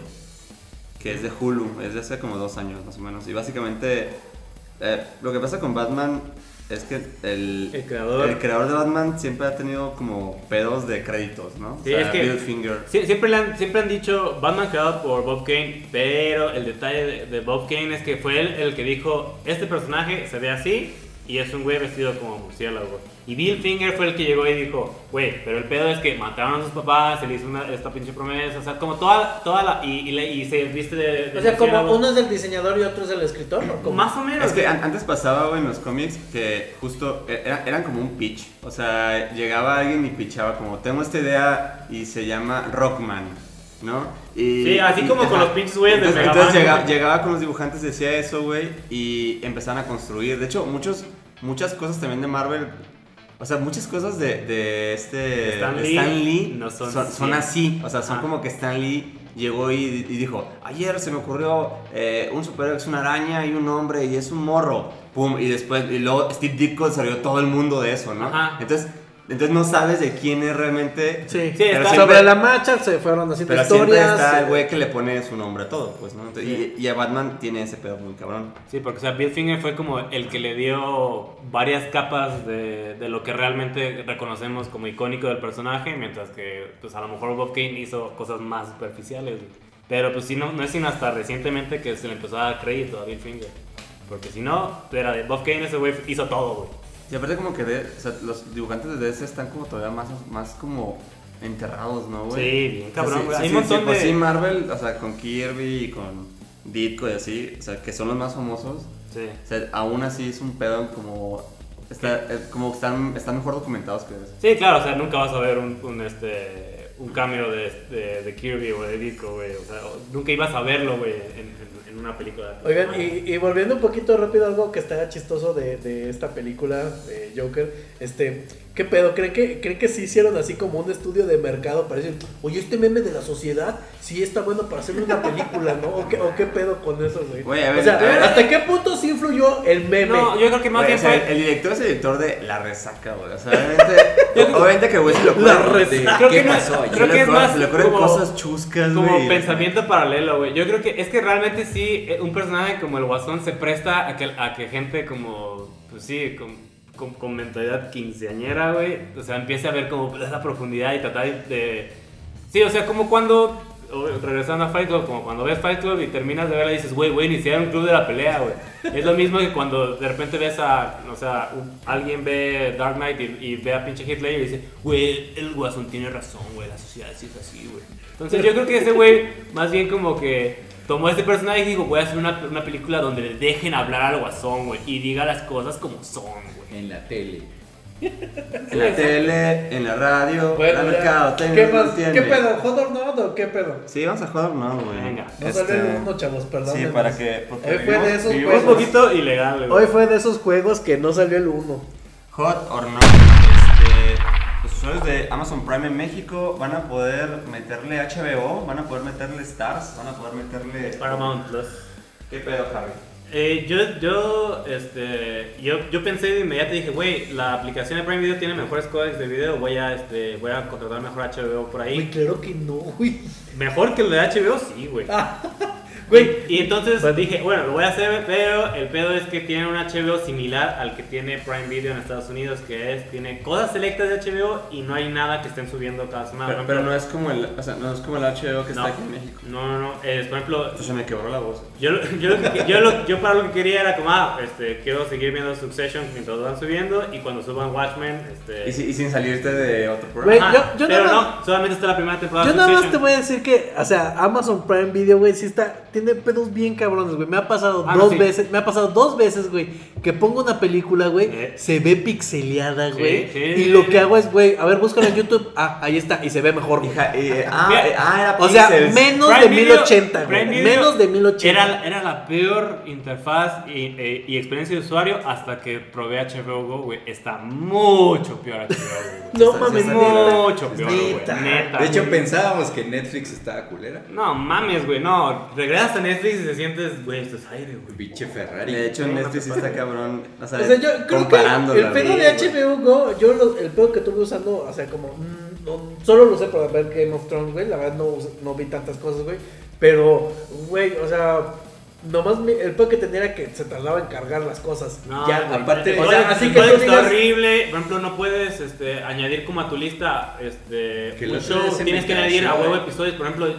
que es de Hulu, es de hace como 2 años más o menos. Y básicamente lo que pasa con Batman es que el creador de Batman siempre ha tenido como pedos de créditos, ¿no? Sí, es que Bill Finger. Siempre han dicho Batman creado por Bob Kane, pero el detalle de Bob Kane es que fue él el que dijo, este personaje se ve así y es un güey vestido como murciélago. Y Bill Finger fue el que llegó y dijo, güey, pero el pedo es que mataron a sus papás, se le hizo esta pinche promesa, o sea, como toda la... Y se viste de o sea, como uno es del diseñador y otro es del escritor, ¿no? Más o menos. Es que antes pasaba, güey, en los cómics que justo eran como un pitch. O sea, llegaba alguien y pitchaba como, tengo esta idea y se llama Rockman, ¿no? Sí, así como con los pinches güeyes de Mega Man. Entonces llegaba con los dibujantes, decía eso, güey, y empezaban a construir. De hecho, muchas cosas también de Marvel... O sea, muchas cosas de Stan Lee no son así. O sea, son como que Stan Lee llegó y dijo, ayer se me ocurrió un superhéroe que es una araña y un hombre y es un morro. Pum, y luego Steve Ditko salió todo el mundo de eso, ¿no? Ajá. Entonces no sabes de quién es realmente. Sí, está sobre la marcha, se fueron haciendo pero historias. Pero siempre está el güey que le pone su nombre a todo, pues, ¿no? Sí. Y a Batman tiene ese pedo muy cabrón. Sí, porque o sea, Bill Finger fue como el que le dio varias capas de lo que realmente reconocemos como icónico del personaje, mientras que pues a lo mejor Bob Kane hizo cosas más superficiales. Pero pues sí, no es sino hasta recientemente que se le empezó a dar crédito a Bill Finger. Porque si no, era de Bob Kane, ese güey hizo todo, güey. Y aparte como que o sea, los dibujantes de DC están como todavía más como enterrados, ¿no, güey? Sí, bien cabrón, güey. Hay un montón de... Sí, Marvel, o sea, con Kirby y con Ditko y así, o sea, que son los más famosos. Sí. O sea, aún así es un pedo como... como están mejor documentados que eso. Sí, claro, o sea, nunca vas a ver un cambio de Kirby o de Ditko, güey. O sea, nunca ibas a verlo, güey, en una película. Oigan, y volviendo un poquito rápido, algo que está chistoso de esta película, de Joker, ¿qué pedo? ¿Creen que sí hicieron así como un estudio de mercado para decir, oye, este meme de la sociedad sí está bueno para hacerle una película, ¿no? ¿O qué pedo con eso, güey? Güey, a ver, o sea, a ver. ¿hasta qué punto sí influyó el meme? No, yo creo que más Güey, bien o sea, fue... el director es el director de La Resaca, güey. O sea, obviamente que güey se lo La ocurren. Resaca. Creo ¿Qué que no- pasó ayer? creo que es más Se le ocurren como- cosas chuscas, Como güey. pensamiento paralelo, güey. Yo creo que es que realmente sí, un personaje como el Guasón se presta a que gente como, pues sí, con mentalidad quinceañera, güey, o sea, empiece a ver como esa profundidad y tratar de... Sí, o sea, como cuando, regresando a Fight Club, como cuando ves Fight Club y terminas de verla y dices, güey, iniciar un club de la pelea, güey. Es lo mismo que cuando de repente ves o sea, alguien ve Dark Knight y ve a pinche Heath Ledger y dice, güey, el Guasón tiene razón, güey, la sociedad sí es así, güey. Entonces yo creo que ese güey más bien como que tomó este personaje y dijo, voy a hacer una película donde le dejen hablar al Guasón, güey, y diga las cosas como son, güey. En la tele. En la tele, en la radio, Bueno, la ya. mercadotecnia. ¿Qué no más? entiende. ¿Qué pedo? ¿Hot or not o qué pedo? Sí, vamos a jugar, no, güey. Venga. No salió el uno, chavos, perdón. Sí, para que. Porque Hoy fue de esos Fue un juegos. poquito ilegal, güey. Hoy fue de esos juegos que no salió el 1. Hot or not. Los usuarios de Amazon Prime en México van a poder meterle HBO, van a poder meterle Stars, van a poder meterle. Paramount Plus. ¿Qué pedo, Harry? Yo pensé de inmediato y dije, güey, la aplicación de Prime Video tiene mejores códecs de video, voy a contratar mejor HBO por ahí. Güey, claro que no, güey. Mejor que el de HBO, sí, güey. Güey. Y entonces Bueno. dije, bueno, lo voy a hacer, pero el pedo es que tiene un HBO similar al que tiene Prime Video en Estados Unidos, tiene cosas selectas de HBO y no hay nada que estén subiendo cada semana. Pero no es como el, o sea, no es como el HBO que no, está aquí en México. no, por ejemplo, Entonces se me quebró la voz. yo para lo que quería era como, quiero seguir viendo Succession mientras lo van subiendo y cuando suban Watchmen, Y sin salirte de otro Güey, programa. yo pero nada no, solamente está la primera temporada Yo de nada más Succession. te voy a decir que, o sea, Amazon Prime Video, güey, sí tiene pedos bien cabrones, güey. Me ha pasado me ha pasado dos veces, güey, que pongo una película, güey, se ve pixeleada, güey. Sí. Y lo que hago es, güey, a ver, búscalo en YouTube. Ahí está, y se ve mejor, güey. Era O sea, Pixels. menos de Prime Video- 1080, güey. Prime Video Menos de 1080. Era la peor interfaz y experiencia de usuario hasta que probé HBO Go, güey. Está mucho peor HBO Go, güey. No mames, está Mucho peor, Neta. güey. Neta. De hecho, pensábamos que Netflix estaba culera. No mames, güey, no. Regresas a Netflix y te sientes, güey, esto es aire, güey. Pinche Ferrari. De hecho, Netflix sí está cabrón. O sea, O sea, yo creo que comparándola, el pedo güey. de HBO Go, el pedo que estuve usando, o sea, como, solo lo sé para ver Game of Thrones, güey, la verdad no vi tantas cosas, güey, pero, güey, o sea, nomás el pedo que tenía era que se tardaba en cargar las cosas, No, ya, güey, aparte- o o sea, sea, así así que que tú está digas- horrible. Por ejemplo, no puedes añadir como a tu lista Que un lo show. otro día se Tienes me que añadir a cayó, huevo güey. episodios. Por ejemplo,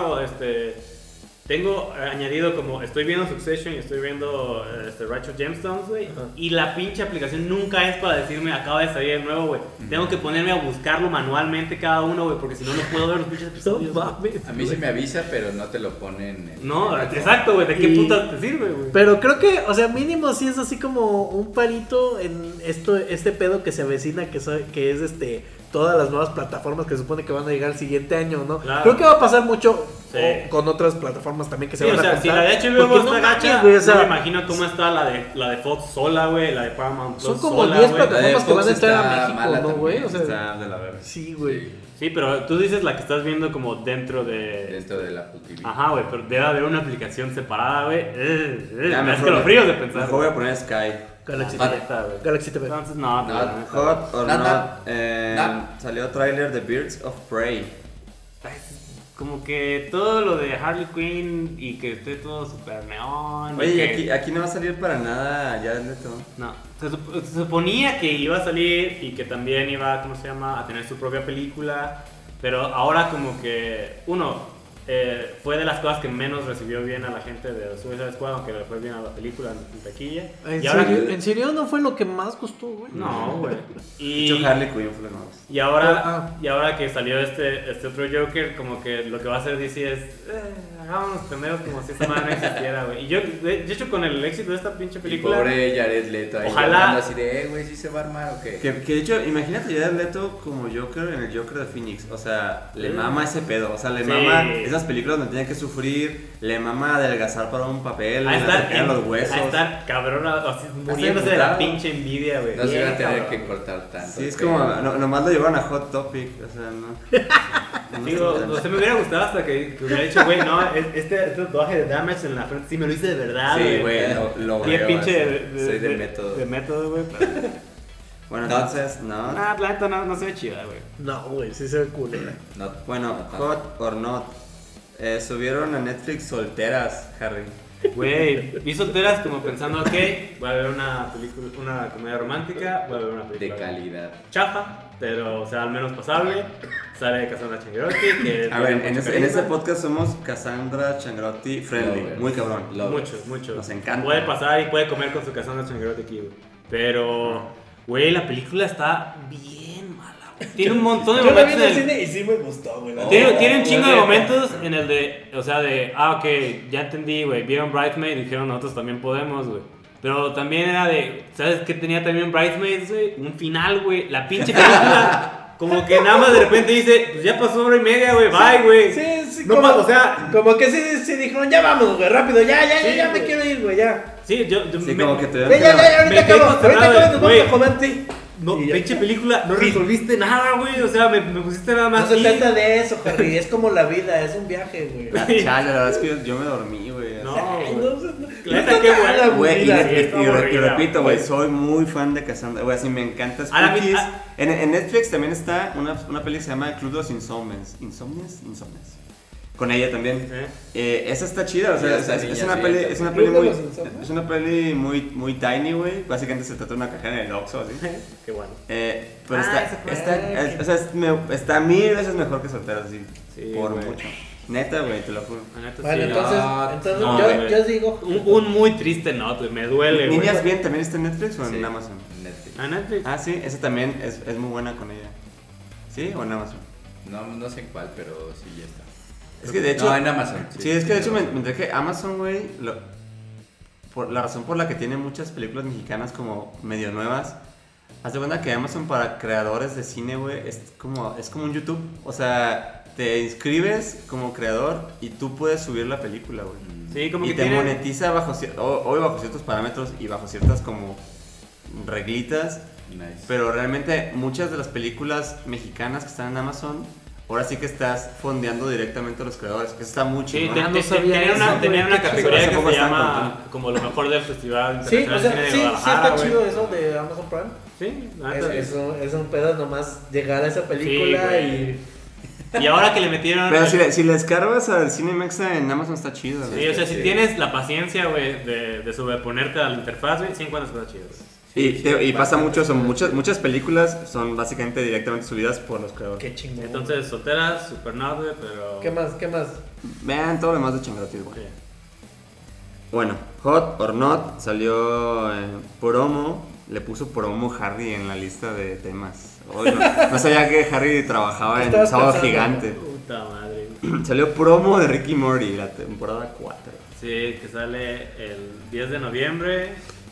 tengo añadido como estoy viendo Succession y estoy viendo Righteous Gemstones, güey. Ajá. Y la pinche aplicación nunca es para decirme acaba de salir el nuevo, güey. Tengo que ponerme a buscarlo manualmente cada uno, güey, porque si no, no puedo ver los pinches no episodios. güey. mames. A mí sí me avisa, pero no te lo ponen en. No, en el- exacto, güey. ¿De qué Y- puta te sirve, güey? Pero creo que, o sea, mínimo sí es así como un palito en este pedo que se avecina, que es todas las nuevas plataformas que se supone que van a llegar el siguiente año, ¿no? Claro. Creo que va a pasar mucho Sí. con otras plataformas también que se Sí, van o sea, a si juntar. la de HBO Porque está no gacha, mames, güey, o sea, no me imagino cómo está la de Fox sola, güey, la de Paramount Plus son como sola, 10 güey. plataformas que Fox van a entrar está a México, mala ¿no, güey? también, O sea, Está de la verga. sí, güey. Sí, Sí, pero tú dices la que estás viendo como dentro de... dentro del Apple TV. Ajá, güey, pero debe haber una aplicación separada, güey. Ya, Me hace los fríos de pensar. Mejor voy a poner Sky. Galaxy Ah, TV. neta, güey. Galaxy TV. Entonces, no, No, la neta, Hot or Nah, not. nah. Salió tráiler de Birds of Prey. güey. Como que todo lo de Harley Quinn y que esté todo super neón. y Oye, que- aquí no va a salir para nada ya Neto. No, se suponía que iba a salir y que también iba, ¿cómo se llama?, a tener su propia película, pero ahora como que, fue de las cosas que menos recibió bien a la gente de Suicide Squad, aunque le fue bien a la película en taquilla. ¿En Y ahora- serio? ¿En serio no fue lo que más gustó, güey? No, güey. De Y, hecho, Harley Quinn fue lo más. y ahora, Ah. y ahora que salió este otro Joker, como que lo que va a hacer DC es, hagámonos pendejos como si esta madre no existiera, güey. Y yo, de hecho, con el éxito de esta pinche Y película... pobre Jared Leto ahí Ojalá- hablando así de, güey, ¿sí se va a armar o qué? Que de hecho, imagínate ya Leto como Joker en el Joker de Phoenix. O sea, le mama ese pedo. O sea, le Sí. mama esa esas películas donde tiene que sufrir, le mama adelgazar para un papel, A le estar sacan los huesos. A estar cabrón, así, muriéndose de la pinche envidia, güey. No se van a tener Cabrón. que cortar tanto. Sí, es como, nomás lo llevaron a Hot Topic, o sea, no. Digo, no sé, me hubiera gustado hasta que hubiera dicho, güey, no, este tatuaje de Damage en la frente sí me lo hice de verdad, Sí, güey, lo Bien veo, pinche así. Soy del método. De método, güey. Pero... Bueno, No. entonces, no. la neta no se ve chida, güey. No, güey, sí se ve culera. No, Bueno, no tanto. Hot or Not. Subieron a Netflix Solteras, Harry. Güey, vi solteras como pensando, ok, voy a ver una película, una comedia romántica, voy a ver una película De calidad. chafa, pero o sea, al menos pasable. Sale Cassandra Changuerotti, que A ver, tiene en mucho este carisma. podcast somos Cassandra Changrotti friendly, Lovers. muy cabrón. Lovers. Mucho. Nos encanta. Puede pasar y puede comer con su Cassandra Changuerotti aquí, güey. Pero, güey, la película está bien mala, güey. Tiene un montón de Yo la vi momentos en el en el- cine y sí me gustó, güey. la Tiene, neta. tiene un chingo La de neta. momentos en el de, o sea, ok, ya entendí, güey, vieron Bridesmaid y dijeron nosotros también podemos, güey. Pero también era de, ¿sabes qué tenía también Bridesmaids, güey? Un final, güey, la pinche película, como que nada más de repente dice, pues ya pasó 1 hora y media, güey, bye, güey. Sí, No como, pa- o sea- como que sí dijeron, ya vamos, güey, rápido, ya Sí, me güey. quiero ir, güey, ya. Sí, yo Sí, me- como que te Ya, ahorita Me quedé acabo, nos consternado, vamos güey. a comer, sí. No, Y ya. pinche película, no resolviste nada, güey, o sea, me pusiste nada más No se y- trata de eso, Harry, es como la vida, es un viaje, güey. Chale, la verdad es que yo me dormí, güey. No, Ay, güey. no, La neta, qué está buena, Güey, y, aburrida, y- y- y aburrida, repito, güey, güey. soy muy fan de Cassandra. Güey, así me encanta A la Spookies. mitad- En Netflix también está una peli que se llama El Club de los Insomnes. ¿Insomnes? Con ella también. Esa está chida, o sea, Sí, esa es niña, una sí, peli, está es una ¿Club peli de muy, los Insomnes? es una peli muy tiny, güey. Básicamente se trata de una cajera en el Oxxo, así. Qué bueno. Pero Ah, o sea, está 1000 veces mejor que Solteras, así, Sí, por güey. mucho. Neta, güey, te lo juro. La neta, Bueno, sí. entonces no, yo, güey. yo digo, Un muy triste note, güey, me duele, güey. Niñas Bien también está en Netflix o en Sí, Amazon. Netflix. ¿A Netflix? Ah, sí, esa también es muy buena con ella. ¿Sí? ¿O en Amazon? No sé cuál, pero sí ya está. Es que de hecho. No, en Amazon. Sí, es que de hecho me traje Amazon, güey. Por la razón por la que tiene muchas películas mexicanas como medio nuevas. Haz de cuenta que Amazon para creadores de cine, güey, es como un YouTube. O sea, te inscribes como creador y tú puedes subir la película, güey. Sí, como Y que te tiene... monetiza bajo ciertos parámetros y bajo ciertas como reglitas. Nice. Pero realmente muchas de las películas mexicanas que están en Amazon, ahora sí que estás fondeando directamente a los creadores. Que eso está muy Sí, chingón. no sabía tenían eso, una, güey, tenían una qué chido. categoría Hace que poco se estaban llama contando. como lo mejor del Festival sí, o Internacional sea, de sí, Cine de sí Guadalajara, está güey. chido eso de Amazon Prime. Sí, la neta, Es un pedo nomás llegar a esa película güey. Y ahora que le metieron... Pero si le descargas al Cine Mexa en Amazon está chido. Sí, güey. o sea, si Sí. tienes la paciencia, güey, de sobreponerte a la interfaz, güey, sí encuentras cosas chidas. Y pasa mucho, muchas películas son básicamente directamente subidas por los creadores. Qué chingón. Entonces, solteras, super not, güey, pero... ¿Qué más? Vean todo lo demás de Changrotis, güey. Sí. Bueno, Hot or Not salió promo. Le puso promo Harry en la lista de temas. Hoy no sabía que Harry trabajaba en Estabas Sábado pensando, Gigante. Puta madre. Salió promo de Ricky Morty, la temporada 4. Sí, que sale el 10 de noviembre.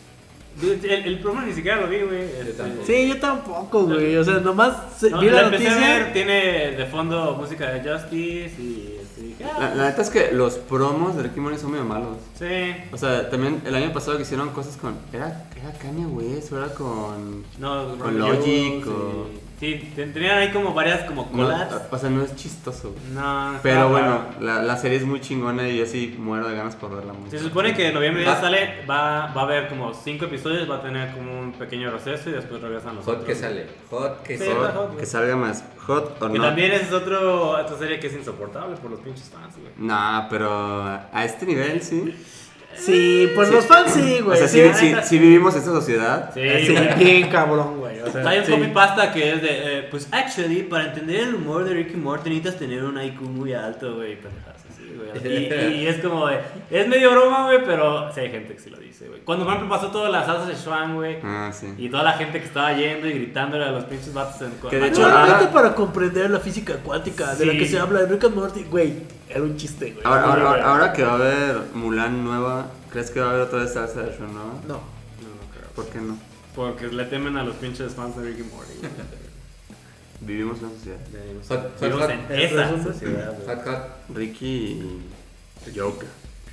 El promo ni siquiera lo vi, güey. tampoco. Sí, yo tampoco, güey. O sea, nomás No, vi la empecé a noticia. ver, tiene de fondo música de Justice y dije, La neta es que los promos de Ricky Morty son medio malos. sí. O sea, también el año pasado que hicieron cosas con... ¿Era Kanye West o era con...? No, Con Robbie Logic Hughes o- Sí, tenían ahí como varias como No, collabs. o sea, no es chistoso, güey. No, Pero estaba bueno, raro. la serie es muy chingona y yo sí muero de ganas por verla mucho. Se supone que en noviembre ya sale, va a haber como 5 episodios, va a tener como un pequeño receso y después regresan los Hot otros. que sale. Hot que Sí, sale. está hot, Que güey. salga más. Hot or Que not. también es otra serie que es insoportable por los pinches fans, güey. No, pero a este nivel sí. Sí, pues Sí. los fans sí, O güey. sea, sí, sí vivimos esta sociedad. Sí, Sí, güey. bien cabrón, güey. O sea, Hay un sí. copypasta que es de, pues, actually, para entender el humor de Ricky Morty necesitas tener un IQ muy alto, güey, pendejadas así, güey. Y es como de, es medio broma, güey, pero sí hay gente que sí lo dice, güey. Cuando, por ejemplo, pasó todas las salsas de Schwan, güey, Ah, sí. y toda la gente que estaba yendo y gritándole a los pinches vatos en... Que de hecho, Realmente ahora- para comprender la física cuántica de la Sí. que se habla de Rick and Morty, güey, era un chiste, güey. Ahora que va a haber Mulan nueva, ¿crees que va a haber otra vez salsa de show nueva? No. No, no creo. ¿Por qué no? Porque le temen a los pinches fans de Ricky Morty, güey. Vivimos en una sociedad. Vivimos en El esa resumen. sociedad, güey. Hot. Ricky y Joker.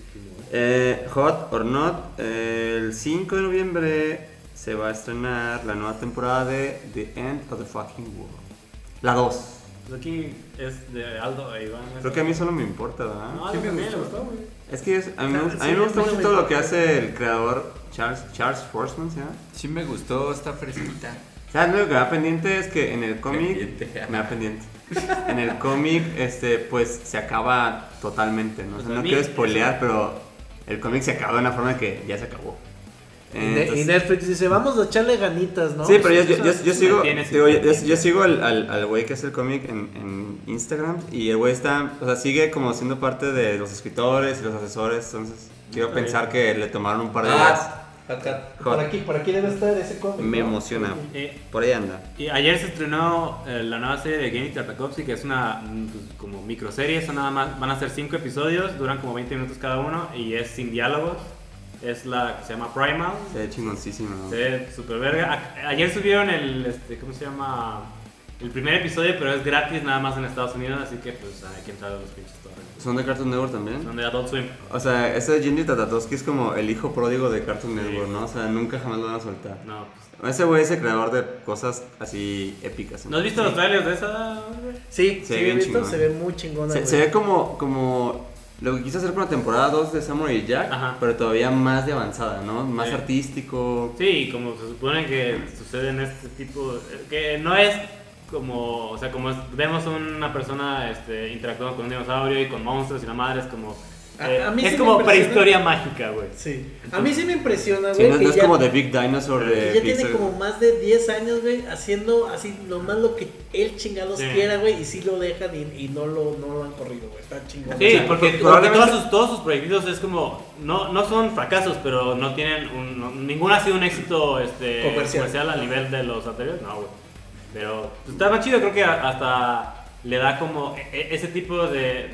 Hot or Not, el 5 de noviembre se va a estrenar la nueva temporada de The End of the Fucking World. La 2. Pues aquí es de Aldo e Iván. Creo que a mí solo me importa, ¿verdad? No, a mí también le gustó, güey. Es que a mí me gusta Sí, mucho todo lo que hace el creador Charles Forsman, ¿sí? Sí me gustó, está fresquita. ¿Sabes? Lo que me da pendiente es que en el cómic. Pendiente. Me da pendiente. En el cómic, pues se acaba totalmente, ¿no? O sea, Pues a no mí, quiero spoilear, pero el cómic se acaba de una forma que ya se acabó. Y Entonces- Netflix dice, vamos a echarle ganitas, ¿no? Sí, pero yo sigo, mantiene digo, yo sin- sigo al güey que hace el cómic en Instagram y el güey está, o sea, sigue como siendo parte de los escritores y los asesores, entonces quiero Está pensar que le tomaron un par de Hot. Por aquí debe estar ese cómic. Me ¿no? emociona. Eh, Por ahí anda. Y ayer se estrenó la nueva serie de Genndy Tartakovsky, que es una pues, como microserie, son nada más, van a ser 5 episodios, duran como 20 minutos cada uno y es sin diálogos. Es la que se llama Primal. Se ve chingoncísimo, ¿no? Se ve super verga. Ayer subieron ¿cómo se llama? El primer episodio, pero es gratis nada más en Estados Unidos, así que pues hay que entrar a los pinches torrents. ¿Son de Cartoon Network también? Son de Adult Swim. O sea, ese de Genndy Tartakovsky es como el hijo pródigo de Cartoon Network, ¿no? O sea, nunca jamás lo van a soltar. No, pues, Ese güey es el creador de cosas así épicas. ¿no has visto los trailers de esa? Güey? Sí, Se ve sí, he bien visto, chingón. se ve muy chingona. Se ve como lo que quiso hacer con la temporada 2 de Samurai Jack, Ajá. pero todavía más de avanzada, ¿no? Más Sí. artístico. Sí, como se supone que sucede en este tipo, que no es como, o sea, vemos una persona interactuando con un dinosaurio y con monstruos y la madre es como, A mí es sí como me impresiona. prehistoria mágica, güey. Sí. A mí sí me impresiona, Sí, güey. no, que no es ya- como The Big Dinosaur que de ya tiene Pixar. como más de 10 años, güey, haciendo así nomás lo que él chingados Sí. quiera, güey, y sí lo dejan y no lo han corrido, güey. Está chingón. Sí, O sea, porque probablemente- todos sus proyectos es como, no son fracasos, pero no tienen, ninguno ha sido un éxito comercial al nivel de los anteriores, no, güey. Pero pues, está más chido, creo que hasta le da como ese tipo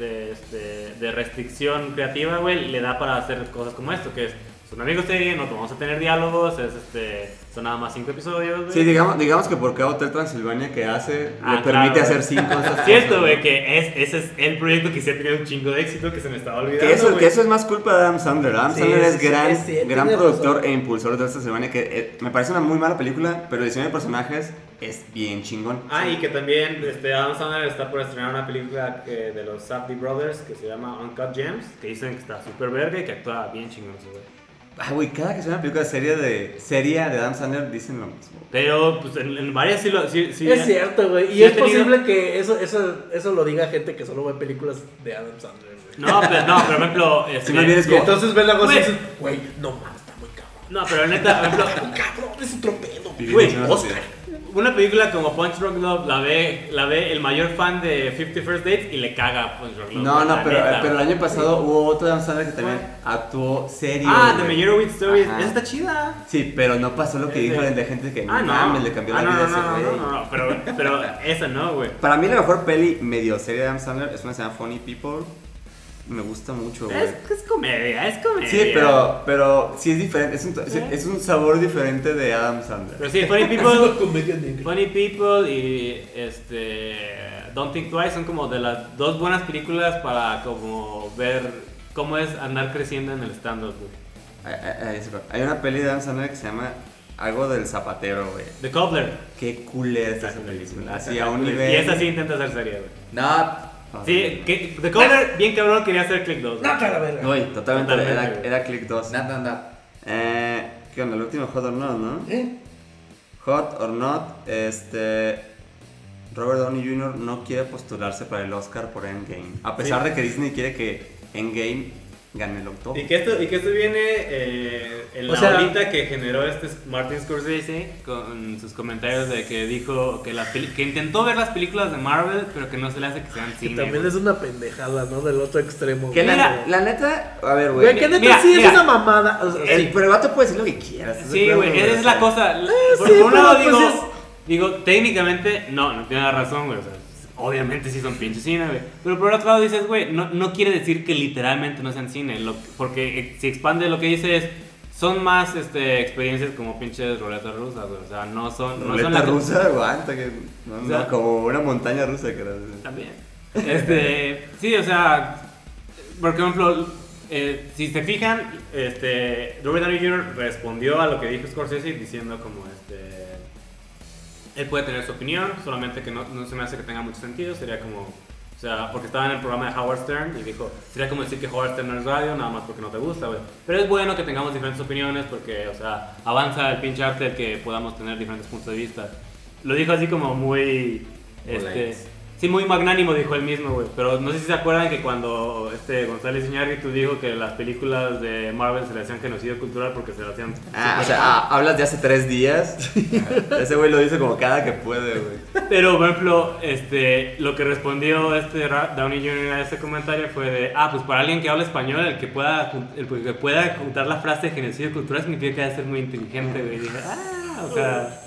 de restricción creativa, güey, le da para hacer cosas como esto, que es una serie, no vamos a tener diálogos, son nada más 5 episodios, güey. Sí, digamos que por cada Hotel Transilvania que hace, le permite claro, hacer güey. 5 cosas. Cierto, güey, que ese es el proyecto que sí ha tenido un chingo de éxito, que se me estaba olvidando, Que güey. eso es más culpa de Adam Sandler. Adam Sí, Sandler es sí, sí, gran, sí, gran tienes productor razón. e impulsor de Hotel Transilvania, que me parece una muy mala película, pero el diseño de personajes es bien chingón. Ah, y que también Adam Sandler está por estrenar una película de los Safdie Brothers que se llama Uncut Gems, que dicen que está súper verga y que actúa bien chingón ese güey. Ah, güey, cada que se ve una película seria de Adam Sandler dicen lo mismo. Pero pues en varias sí es cierto, güey. Y sí es ha tenido- posible que eso lo diga gente que solo ve películas de Adam Sandler, güey. No, pero por ejemplo... Si más bien es Y como- entonces ven la cosa y Güey. dices, güey, no mames, está muy cabrón. No, pero neta, por ejemplo... Cabrón, es otro pedo. Güey, en una Oscar. sociedad. Una película como Punch Drunk Love la ve el mayor fan de 50 First Dates y le caga Punch Drunk Love. No, la pero neta, el güey. año pasado hubo otro Adam Sandler que también actuó serio. Ah, The güey. Meyerowitz Stories. Ajá. Esa está chida. Sí, pero no pasó lo que dijo de gente que no mames, le cambió la vida a ese güey. No, pero esa no, güey. Para mí la mejor peli medio seria de Adam Sandler es una que se llama Funny People. Me gusta mucho, güey. Es comedia, es comedia. Sí, pero sí es diferente, es un sabor diferente de Adam Sandler. Pero sí, Funny Es una People, comedia negra. Funny People y Don't Think Twice son como de las dos buenas películas para como ver cómo es andar creciendo en el stand-up, güey. Hay una peli de Adam Sandler que se llama algo del zapatero, güey. The Cobbler. Qué culera está esa película. Así a un nivel. Y esa sí intenta ser seria, güey. No, Sí, que The Cobbler, bien cabrón, quería hacer Click 2. No, te la verga. Güey, totalmente, Totalmente, era Click 2. no. ¿Qué onda? El último Hot or Not, ¿no? ¿Eh? Hot or Not, Robert Downey Jr. no quiere postularse para el Oscar por Endgame. A pesar de que Disney quiere que Endgame gane el octavo. Y que esto viene en O la sea- olita que generó Martin Scorsese con sus comentarios de que dijo que intentó ver las películas de Marvel, pero que no se le hace que sean Que cine. también güey. es una pendejada, ¿no? Del otro extremo. Que güey. la neta, a ver, Güey, güey. que neta Mira, sí mira. es una mamada. O sea, sí. Pero el vato puede decir lo que quiera. ¿estás de Sí, acuerdo, güey, esa es la cosa. Por sí, un lado pero pues digo, técnicamente, no tiene la razón, güey. O sea, obviamente sí son pinches cine, güey. Pero por otro lado dices, güey, no quiere decir que literalmente no sean cine. Porque si expande lo que dice es, son más experiencias como pinches ruletas rusas, güey. O sea, no son. Ruleta rusa, aguanta, que. No, o sea, como una montaña rusa, que era. También. Sí, o sea. Por ejemplo, si se fijan, Robert Downey Jr. respondió a lo que dijo Scorsese diciendo como él puede tener su opinión, solamente que no se me hace que tenga mucho sentido, sería como, o sea, porque estaba en el programa de Howard Stern y dijo, sería como decir que Howard Stern no es radio, nada más porque no te gusta, güey. Pero es bueno que tengamos diferentes opiniones porque, o sea, avanza el pinche arte el que podamos tener diferentes puntos de vista. Lo dijo así como muy, sí, muy magnánimo, dijo él mismo, güey. Pero no sé si se acuerdan que cuando González Iñárritu dijo que las películas de Marvel se le hacían genocidio cultural porque se le hacían... o sea, hablas de hace 3 días. Ese güey lo dice como cada que puede, güey. Pero, por ejemplo, lo que respondió Downey Jr. a ese comentario fue de... pues para alguien que habla español, el que pueda juntar la frase genocidio cultural significa que debe ser muy inteligente, güey. Y dije, o sea...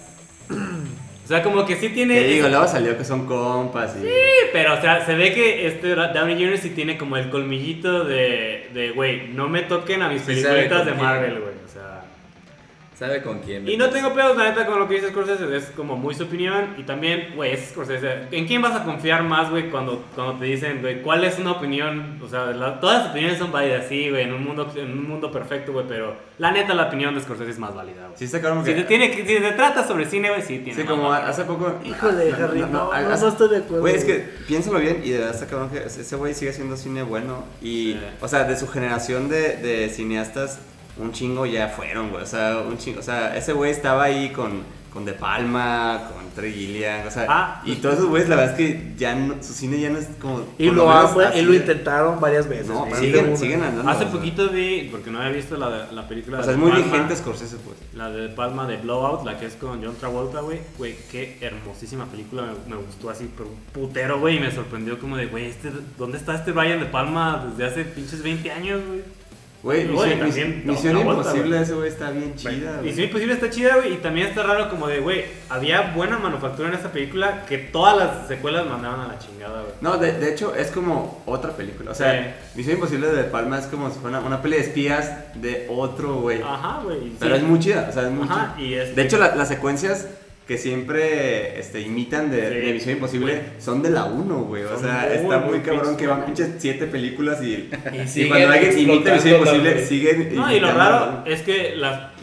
O sea, como que sí tiene... Te digo, luego salió que son compas y... Sí, pero o sea, se ve que Downey Jr. sí tiene como el colmillito de güey, no me toquen a mis peliculitas de Marvel, güey, o sea... Sabe con quién. Y no tengo pedos, la neta, con lo que dice Scorsese, es como muy su opinión. Y también, güey, es Scorsese. ¿En quién vas a confiar más, güey, cuando te dicen, güey, cuál es una opinión? O sea, todas las opiniones son válidas, sí, güey, en un mundo perfecto, güey, pero la neta, la opinión de Scorsese es más válida, güey. Sí, está claro que... Si se trata sobre cine, güey, sí tiene. Sí, como hace poco... Híjole, Harry, no estoy de acuerdo. Güey, es que piénsalo bien y de verdad está cabrón que ese güey sigue haciendo cine bueno. Y, o sea, de su generación de cineastas... Un chingo ya fueron, güey, o sea, un chingo, o sea, ese güey estaba ahí con De Palma, con Terry Gilliam, o sea, y todos esos güeyes, la verdad es que ya no, su cine ya no es como... Y lo intentaron varias veces. No, siguen andando. Hace poquito vi, porque no había visto la película o sea, de es muy Palma, vigente Scorsese, pues. La de Palma de Blowout, la que es con John Travolta, güey, qué hermosísima película, me gustó así, pero un putero, güey, y me sorprendió como de, güey, ¿dónde está Brian De Palma desde hace pinches 20 años, güey? Güey, Misión Imposible, ese güey está bien chida, güey. Misión Imposible está chida, güey, y también está raro como de, güey, había buena manufactura en esta película que todas las secuelas mandaban a la chingada, güey. No, de hecho, es como otra película, o sea, Misión Imposible de Palma es como si fuera una peli de espías de otro, güey. Ajá, güey. Pero es muy chida, o sea, es muy chida. Y de hecho, las secuencias que siempre imitan de Misión Imposible, güey, son de la 1, güey. O sea, está muy cabrón que van pinches 7 películas y cuando alguien imita Misión Imposible, siguen. No, y lo raro es que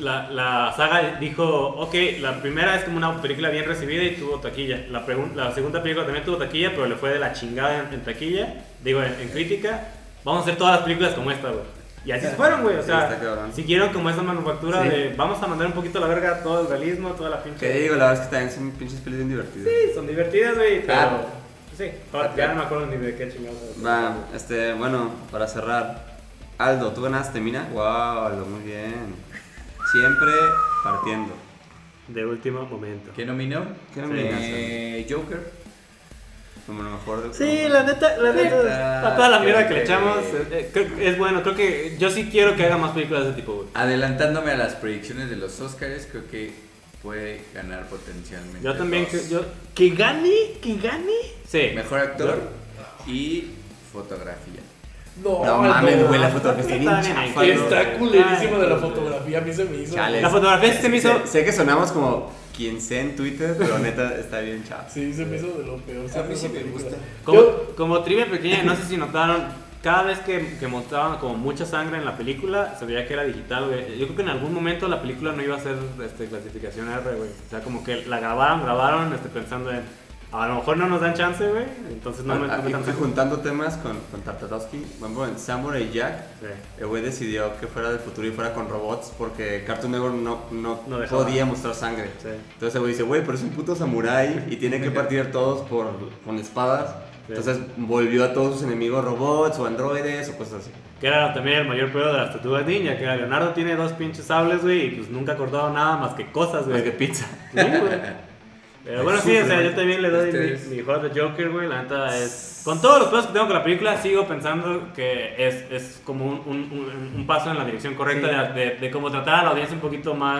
la saga dijo, ok, la primera es como una película bien recibida y tuvo taquilla. La segunda película también tuvo taquilla, pero le fue de la chingada en taquilla, digo, en crítica. Vamos a hacer todas las películas como esta, güey. Y así se fueron, güey, o sea, siguieron como esa manufactura de vamos a mandar un poquito a la verga todo el realismo, toda la pinche... Que digo, la verdad es que también son pinches pelis bien divertidas. Sí, son divertidas, güey, pero... Sí, ya no me acuerdo ni de qué chingados. Va, bueno, para cerrar, Aldo, ¿tú ganaste, Mina? Wow, Aldo, muy bien. Siempre partiendo. De último momento. ¿Quién nominó? ¿Qué nominaste? Joker. Como lo mejor de... Sí, la neta. A toda la mierda que le echamos, es bueno. Creo que yo sí quiero que haga más películas de ese tipo, güey. Adelantándome a las predicciones de los Oscars, creo que puede ganar potencialmente. Yo también. ¿Que gane? Sí. Mejor actor y fotografía. No mames, güey, la fotografía está bien chafa. Está culerísimo de la fotografía, a mí se me hizo. Chale, la fotografía se me hizo... Sé que sonamos como quien sea en Twitter, pero neta está bien chafa. Sí, se me hizo de lo peor. A mí sí me gusta. Como trivia pequeña, no sé si notaron, cada vez que mostraban como mucha sangre en la película, se veía que era digital, güey. Yo creo que en algún momento la película no iba a ser clasificación R, güey. O sea, como que la grabaron pensando en... A lo mejor no nos dan chance, güey. Entonces no me estoy juntando temas con Tartakovsky. Bueno, en Samurai Jack, el güey decidió que fuera del futuro y fuera con robots porque Cartoon Network no podía mostrar sangre. Sí. Entonces el güey dice, güey, pero es un puto samurái y tiene que partir todos con espadas. Sí. Entonces volvió a todos sus enemigos robots o androides o cosas así. Que era también el mayor pedo de las tortugas ninja, que era Leonardo tiene 2 pinches sables, güey, y pues nunca ha cortado nada más que cosas, güey. Más que pizza. Sí, güey. Pero bueno, sí, o sea, yo también le doy mi juego de Joker, güey. La neta es... Con todos los pedos que tengo con la película, sigo pensando que es como un paso en la dirección correcta de cómo tratar a la audiencia un poquito más...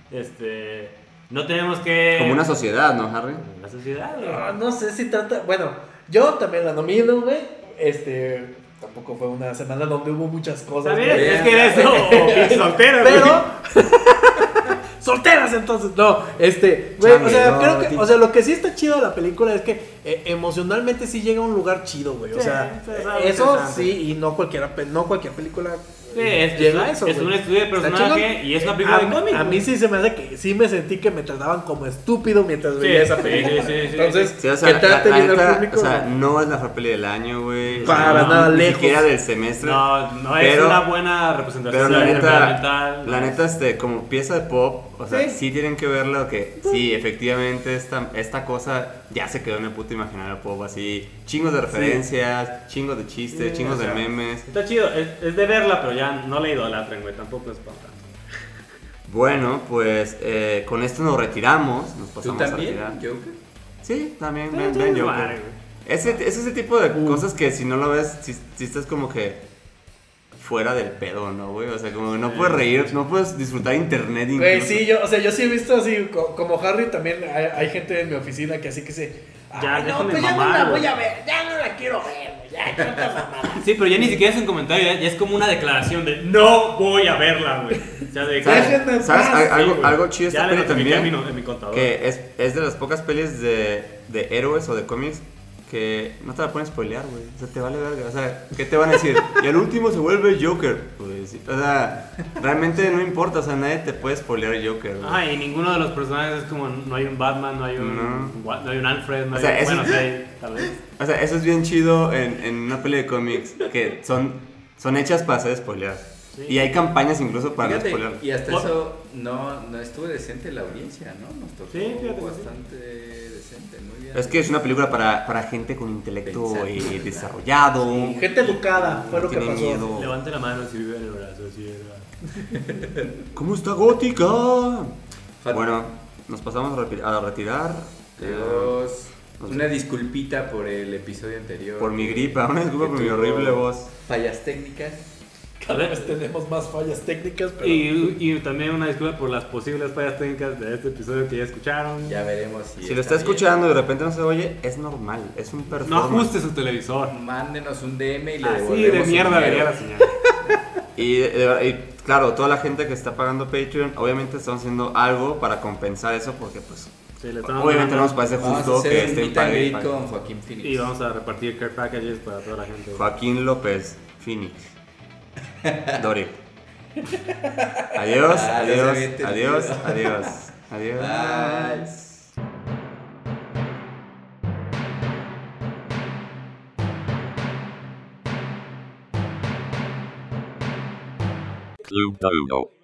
No tenemos que... Como una sociedad, ¿no, Harry? Una sociedad, güey. No sé si trata... Bueno, yo también la nomino, güey. tampoco fue una semana donde hubo muchas cosas. ¿Sabes? güey. Es que eso, soltero. Pero solteras entonces, no, güey, o sea, creo que, o sea, lo que sí está chido de la película es que emocionalmente sí llega a un lugar chido, güey, o Sí, sea, eso es algo eso interesante. sí, y no cualquier película Sí, llega a eso, es güey. un estudio de Está personaje chingón. y es una película de cómic. A mí sí se me hace que sí me sentí que me trataban como estúpido mientras Sí, veía esa sí, película. sí, sí, sí. Entonces, Sí, o sea, que trate la bien al neta, público. o sea, no es la mejor peli del año, güey. Para No, nada, ni lejos. siquiera del semestre. No es Pero- una buena representación Pero la de neta, mental. la neta, como pieza de pop, o sea, Sí. sí tienen que verlo, que sí, efectivamente esta cosa ya se quedó en el puto imaginario pop, así, chingos de referencias, chingos de chistes, Sí, chingos o sea, de memes. Está chido, es de verla, pero ya no la idolatren, güey, tampoco es para tanto. Bueno, pues con esto nos retiramos, nos ¿Tú pasamos a también, retirar. Joker? Sí, también, Sí, ven, sí, ven, es Joker. madre, güey. Es ese tipo de cosas que si no lo ves, si estás como que fuera del pedo, ¿no, güey? O sea, como no puedes reír, no puedes disfrutar internet incluso. Güey, sí, yo sí he visto así, como Harry también, hay gente en mi oficina que así que se... Ya, "Ay, no, déjame pues ya no mamar, la güey". voy a ver, ya no la quiero ver, güey, ya, tanta mamada. Sí, pero ya ni siquiera es un comentario, ya es como una declaración de no voy a verla, güey. O sea, de ¿Sabes? Déjenme en ¿Sabes? paz, Algo, güey. algo chido Ya esta le peli notifiqué también, en mi contador. que es de las pocas pelis de héroes o de cómics que no te la pueden spoilear, güey. O sea, te vale verga. O sea, ¿qué te van a decir? Y al último se vuelve Joker. Pues, sí. O sea, realmente no importa. O sea, nadie te puede spoilear Joker, güey. Ah, y ninguno de los personajes es como, no hay un Batman, no hay un Alfred, no O hay sea, bueno, eso- sí, tal vez. O sea, eso es bien chido en una peli de cómics que son hechas para ser spoilear. Sí. Y hay campañas incluso para Fíjate, no spoilear. y hasta Por- eso no estuvo decente la audiencia, ¿no? Nos tocó Sí, fíjate que sí. bastante decente, muy bien. Es que es una película para gente con intelecto Pensante. desarrollado. Sí, gente educada, fue lo que Tiene pasó. miedo. Levante la mano si vive en el brazo, así es. ¿Cómo está gótica? Fat- Bueno, nos pasamos a retirar. Dios. no sé. Una disculpita por el episodio anterior. Por mi gripa, una disculpa Que por mi tuvo horrible voz. Fallas técnicas. Cada vez tenemos más fallas técnicas, pero... Y también una disculpa por las posibles fallas técnicas de este episodio que ya escucharon. Ya veremos Si lo está escuchando y de repente no se oye, es normal, es un No performance. ajuste su televisor. Mándenos un DM y le Así devolvemos de su mierda dinero. vería la señal. Y claro, toda la gente que está pagando Patreon, obviamente estamos haciendo algo para compensar eso porque pues Sí, le estamos obviamente no dando- nos parece Vamos a justo hacer que un estén meet and greet pagando. con Joaquín Phoenix. Y vamos a repartir care packages para toda la gente. Joaquín López, Phoenix. Dori. Adiós, Ah, no se adiós, había entendido. adiós, adiós, adiós. Bye. Club Dodo.